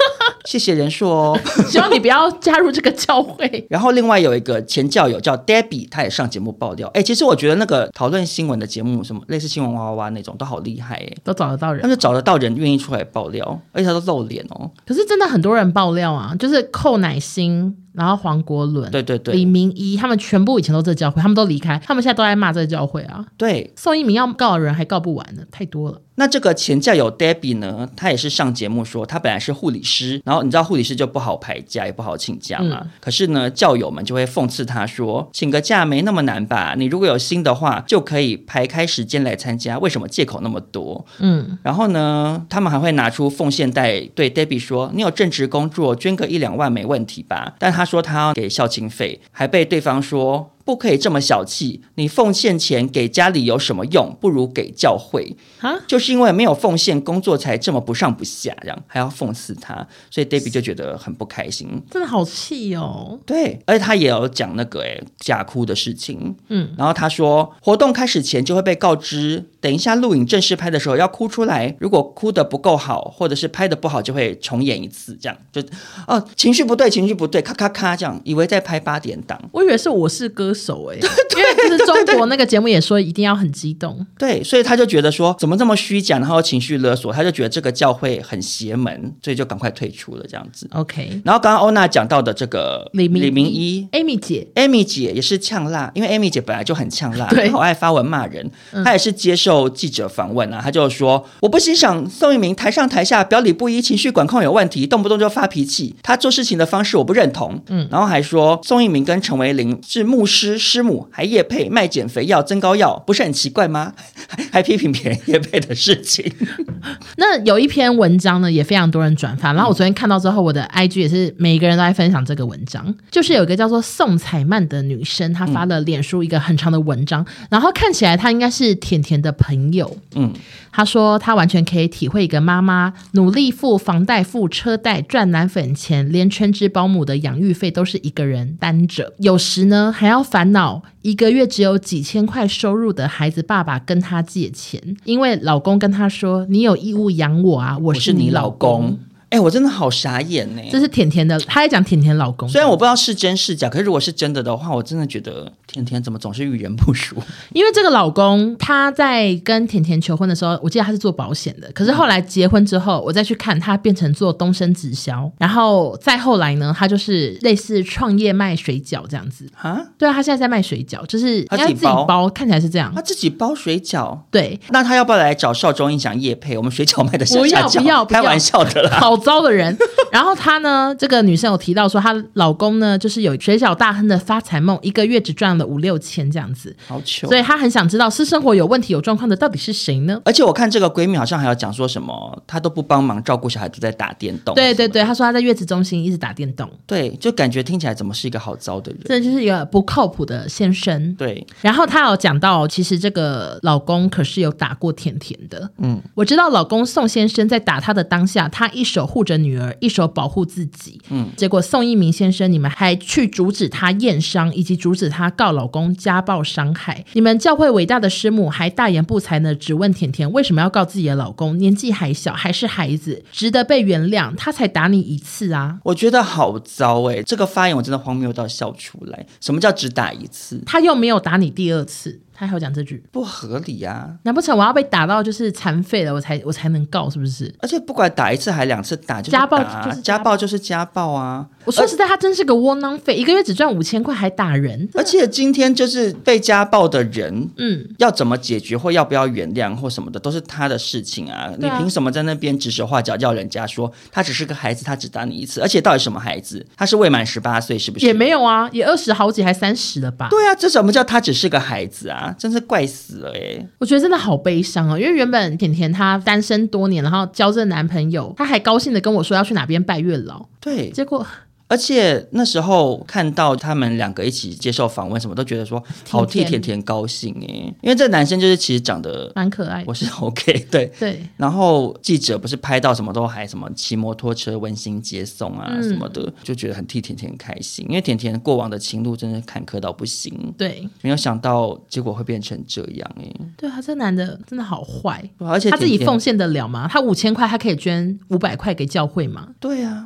谢谢人数哦。 希望你不要加入这个教会。 然后另外有一个前教友叫 Debbie， 他也上节目爆料。哎，其实我觉得那个讨论新闻的节目，什么类似新闻哇哇哇那种，都好厉害哎， 都找得到人， 他们就找得到人愿意出来爆料，而且他都露脸哦。 可是真的很多人爆料啊，就是寇乃馨。然后黄国伦， 对对对， 李明一，他们全部以前都这个教会，他们都离开，他们现在都在骂这个教会啊。 对， 宋一鸣要告的人还告不完呢，太多了。 那这个前教友 Debbie 呢，他也是上节目说，他本来是护理师，然后你知道护理师就不好排假，也不好请假嘛。嗯、可是呢，教友们就会讽刺他说，请个假没那么难吧？你如果有心的话，就可以排开时间来参加，为什么借口那么多？嗯，然后呢，他们还会拿出奉献袋对 Debbie 说，你有正职工作，捐个一两万没问题吧？但他说他要给孝亲费，还被对方说。不可以这么小气，你奉献钱给家里有什么用？不如给教会。就是因为没有奉献，工作才这么不上不下，这样还要讽刺他，所以 Debbie 就觉得很不开心， 真的好气哦。 对，而且他也有讲那个哎假哭的事情，嗯，然后他说活动开始前就会被告知，等一下录影正式拍的时候要哭出来，如果哭得不够好，或者是拍得不好，就会重演一次，这样就哦情绪不对，情绪不对，咔咔咔这样，以为在拍八点档， 我以为是我是歌手哎、欸，因为就是中国那个节目也说一定要很激动， 对，所以他就觉得说怎么这么虚假，然后情绪勒索，他就觉得这个教会很邪门，所以就赶快退出了这样子。 OK， 然后刚刚欧娜讲到的这个李明李明一 ，Amy 姐 ，Amy 姐也是呛辣，因为 Amy 姐本来就很呛辣， 对， 好爱发文骂人，嗯、她也是接受记者访问啊，她就说我不欣赏宋一鸣台上台下表里不一，情绪管控有问题，动不动就发脾气，他做事情的方式我不认同，嗯，然后还说宋一鸣跟陈维霖是牧师师母，还业配卖减肥药增高药，不是很奇怪吗？还批评别人业配的事情。 那有一篇文章呢也非常多人转发，然后我昨天看到之后，我的 I G 也是每一个人都在分享这个文章，就是有一个叫做宋彩曼的女生，她发了脸书一个很长的文章，嗯、然后看起来她应该是甜甜的朋友，嗯，她说她完全可以体会一个妈妈努力付房贷、付车贷、赚奶粉钱，连全职保姆的养育费都是一个人担着，有时呢还要烦恼一个月只有几千块收入的孩子爸爸跟她借钱，因为老公跟她说你有义务养我啊，我是你老公。 哎、欸，我真的好傻眼呢！ 这是甜甜的，她在讲甜甜老公。 虽然我不知道是真是假，可是如果是真的的话，我真的觉得甜甜怎么总是遇人不淑。 因为这个老公他在跟甜甜求婚的时候，我记得他是做保险的，可是后来结婚之后，我再去看他变成做东升直销，然后再后来呢，他就是类似创业卖水饺这样子啊。对啊，他现在在卖水饺，就是他自己 包, 自己包，看起来是这样。 他自己包水饺， 对。 那他要不要来找少中音响业配？我们水饺卖的下下脚，不要不要， 开玩笑的啦。 好糟的人。然后她呢，这个女生有提到说，她老公呢就是有水饺大亨的发财梦，一个月只赚了五六千这样子， 好糗。 所以她很想知道私生活有问题、有状况的到底是谁呢？ 而且我看这个闺蜜好像还有讲说什么，她都不帮忙照顾小孩，都在打电动。 对对对，她说她在月子中心一直打电动。 对，就感觉听起来怎么是一个好糟的人？ 这就是一个不靠谱的先生。 对。 然后她有讲到，其实这个老公可是有打过甜甜的。嗯，我知道老公宋先生在打他的当下，他一手护着女儿，一手保护自己，嗯，结果宋一鸣先生你们还去阻止他验伤，以及阻止他告老公家暴伤害，你们教会伟大的师母还大言不惭的质问甜甜为什么要告自己的老公，年纪还小，还是孩子，值得被原谅，他才打你一次啊。 我觉得好糟欸，这个发言我真的荒谬到笑出来。什么叫只打一次？ 他又没有打你第二次，他还有讲这句， 不合理啊！ 难不成我要被打到就是残废了，我才我才能告，是不是？ 而且不管打一次还两次打，就是打家暴就是家暴就是家暴啊！ 我说实在，他真是个窝囊废，一个月只赚五千块还打人。 而且今天就是被家暴的人，嗯，要怎么解决或要不要原谅或什么的，都是他的事情啊！啊你凭什么在那边指手画脚，叫人家说他只是个孩子，他只打你一次？而且到底什么孩子？他是未满十八岁，是不是？ 也没有啊，也二十好几还三十了吧？ 对啊，这什么叫他只是个孩子啊？真是怪死了欸！ 我觉得真的好悲伤哦，因为原本甜甜她单身多年，然后交这男朋友，她还高兴的跟我说要去哪边拜月老， 对， 结果。 而且那时候看到他们两个一起接受访问，什么都觉得说好替甜甜高兴哎，因为这男生就是其实长得蛮可爱， 我是 OK 对对。 然后记者不是拍到什么都还什么骑摩托车温馨接送啊什么的，嗯、就觉得很替甜甜开心，因为甜甜过往的情路真的坎坷到不行， 对， 没有想到结果会变成这样哎。 对啊，这男的真的好坏， 而且他自己奉献得了吗？他五千块，他可以捐五百块给教会吗？ 对啊。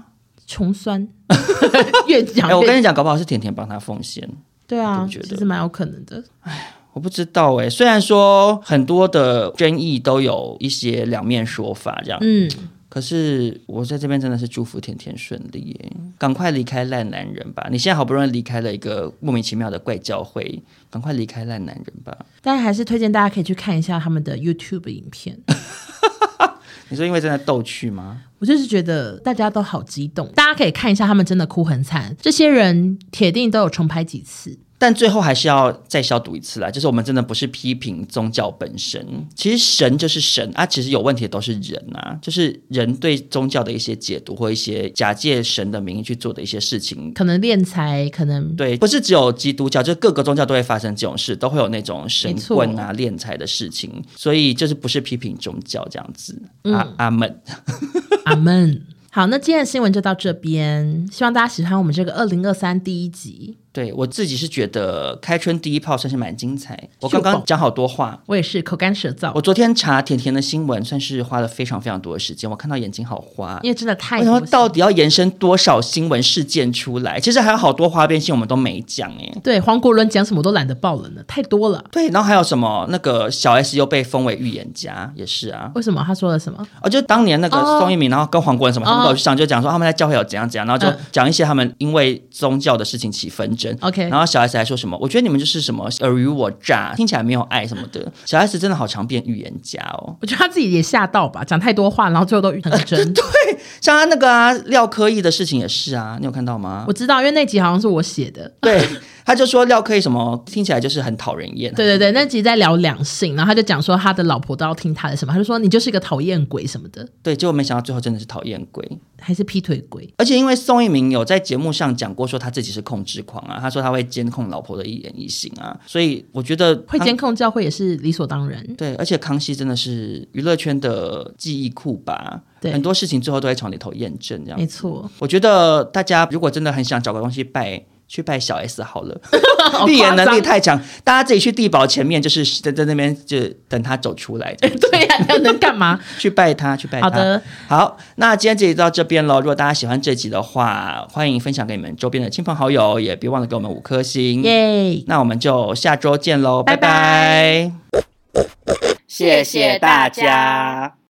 穷酸，越讲越、 欸、我跟你讲，搞不好是甜甜帮他奉献。 对啊， 对其实蛮有可能的。 唉，我不知道哎、欸，虽然说很多的争议都有一些两面说法，这样，嗯，可是我在这边真的是祝福甜甜顺利耶，赶快离开烂男人吧！你现在好不容易离开了一个莫名其妙的怪教会，赶快离开烂男人吧！ 但还是推荐大家可以去看一下他们的 YouTube 影片。 你说因为真的逗趣吗？ 我就是觉得大家都好激动，大家可以看一下他们真的哭很惨，这些人铁定都有重拍几次。 但最后还是要再消毒一次啦，就是我们真的不是批评宗教本身，其实神就是神啊，其实有问题的都是人啊，就是人对宗教的一些解读或一些假借神的名义去做的一些事情， 可能敛财，可能对，不是只有基督教，就是各个宗教都会发生这种事，都会有那种神棍啊、敛财的事情，所以就是不是批评宗教这样子。嗯、阿阿门， 阿门。好，那今天的新闻就到这边，希望大家喜欢我们这个二零二三第一集。 对，我自己是觉得开春第一炮算是蛮精彩，我刚刚讲好多话， 我也是口干舌燥。 我昨天查甜甜的新闻算是花了非常非常多的时间，我看到眼睛好花， 因为真的太多， 然后到底要延伸多少新闻事件出来，其实还有好多花边新闻我们都没讲耶。 对，黄国伦讲什么都懒得报了呢，太多了。 对，然后还有什么那个小 S 又被封为预言家，也是啊。 为什么？他说了什么？ 哦，就当年那个宋一鸣，然后跟黄国伦什么，他们都去上就讲说他们在教会有怎样怎样，然后就讲一些他们因为宗教的事情起纷争。 OK， 然后小 S 还说什么，我觉得你们就是什么尔虞我诈，听起来没有爱什么的。小 S 真的好常变预言家哦， 我觉得他自己也吓到吧，讲太多话，然后最后都成真。 对，像他那个啊廖科艺的事情也是啊，你有看到吗？ 我知道，因为那集好像是我写的。 对，他就说廖科艺什么听起来就是很讨人厌。 对对对，那集在聊两性，然后他就讲说他的老婆都要听他的什么，他就说你就是一个讨厌鬼什么的。 对，结果没想到最后真的是讨厌鬼， 还是劈腿鬼。 而且因为宋一鸣有在节目上讲过说他自己是控制狂啊，他说他会监控老婆的一言一行啊，所以我觉得会监控教会也是理所当然。 对，而且康熙真的是娱乐圈的记忆库吧，很多事情最后都在床里头验证这样。 没错， 我觉得大家如果真的很想找个东西拜，去拜小 S 好了，预言能力太强，大家自己去地堡前面，就是在在那边就等他走出来。 对呀、啊，能干嘛？ 去拜他，去拜他。 好的， 好，那今天这集到这边了。如果大家喜欢这集的话，欢迎分享给你们周边的亲朋好友，也别忘了给我们五颗星。 耶！ 那我们就下周见喽，拜拜。 谢谢大家。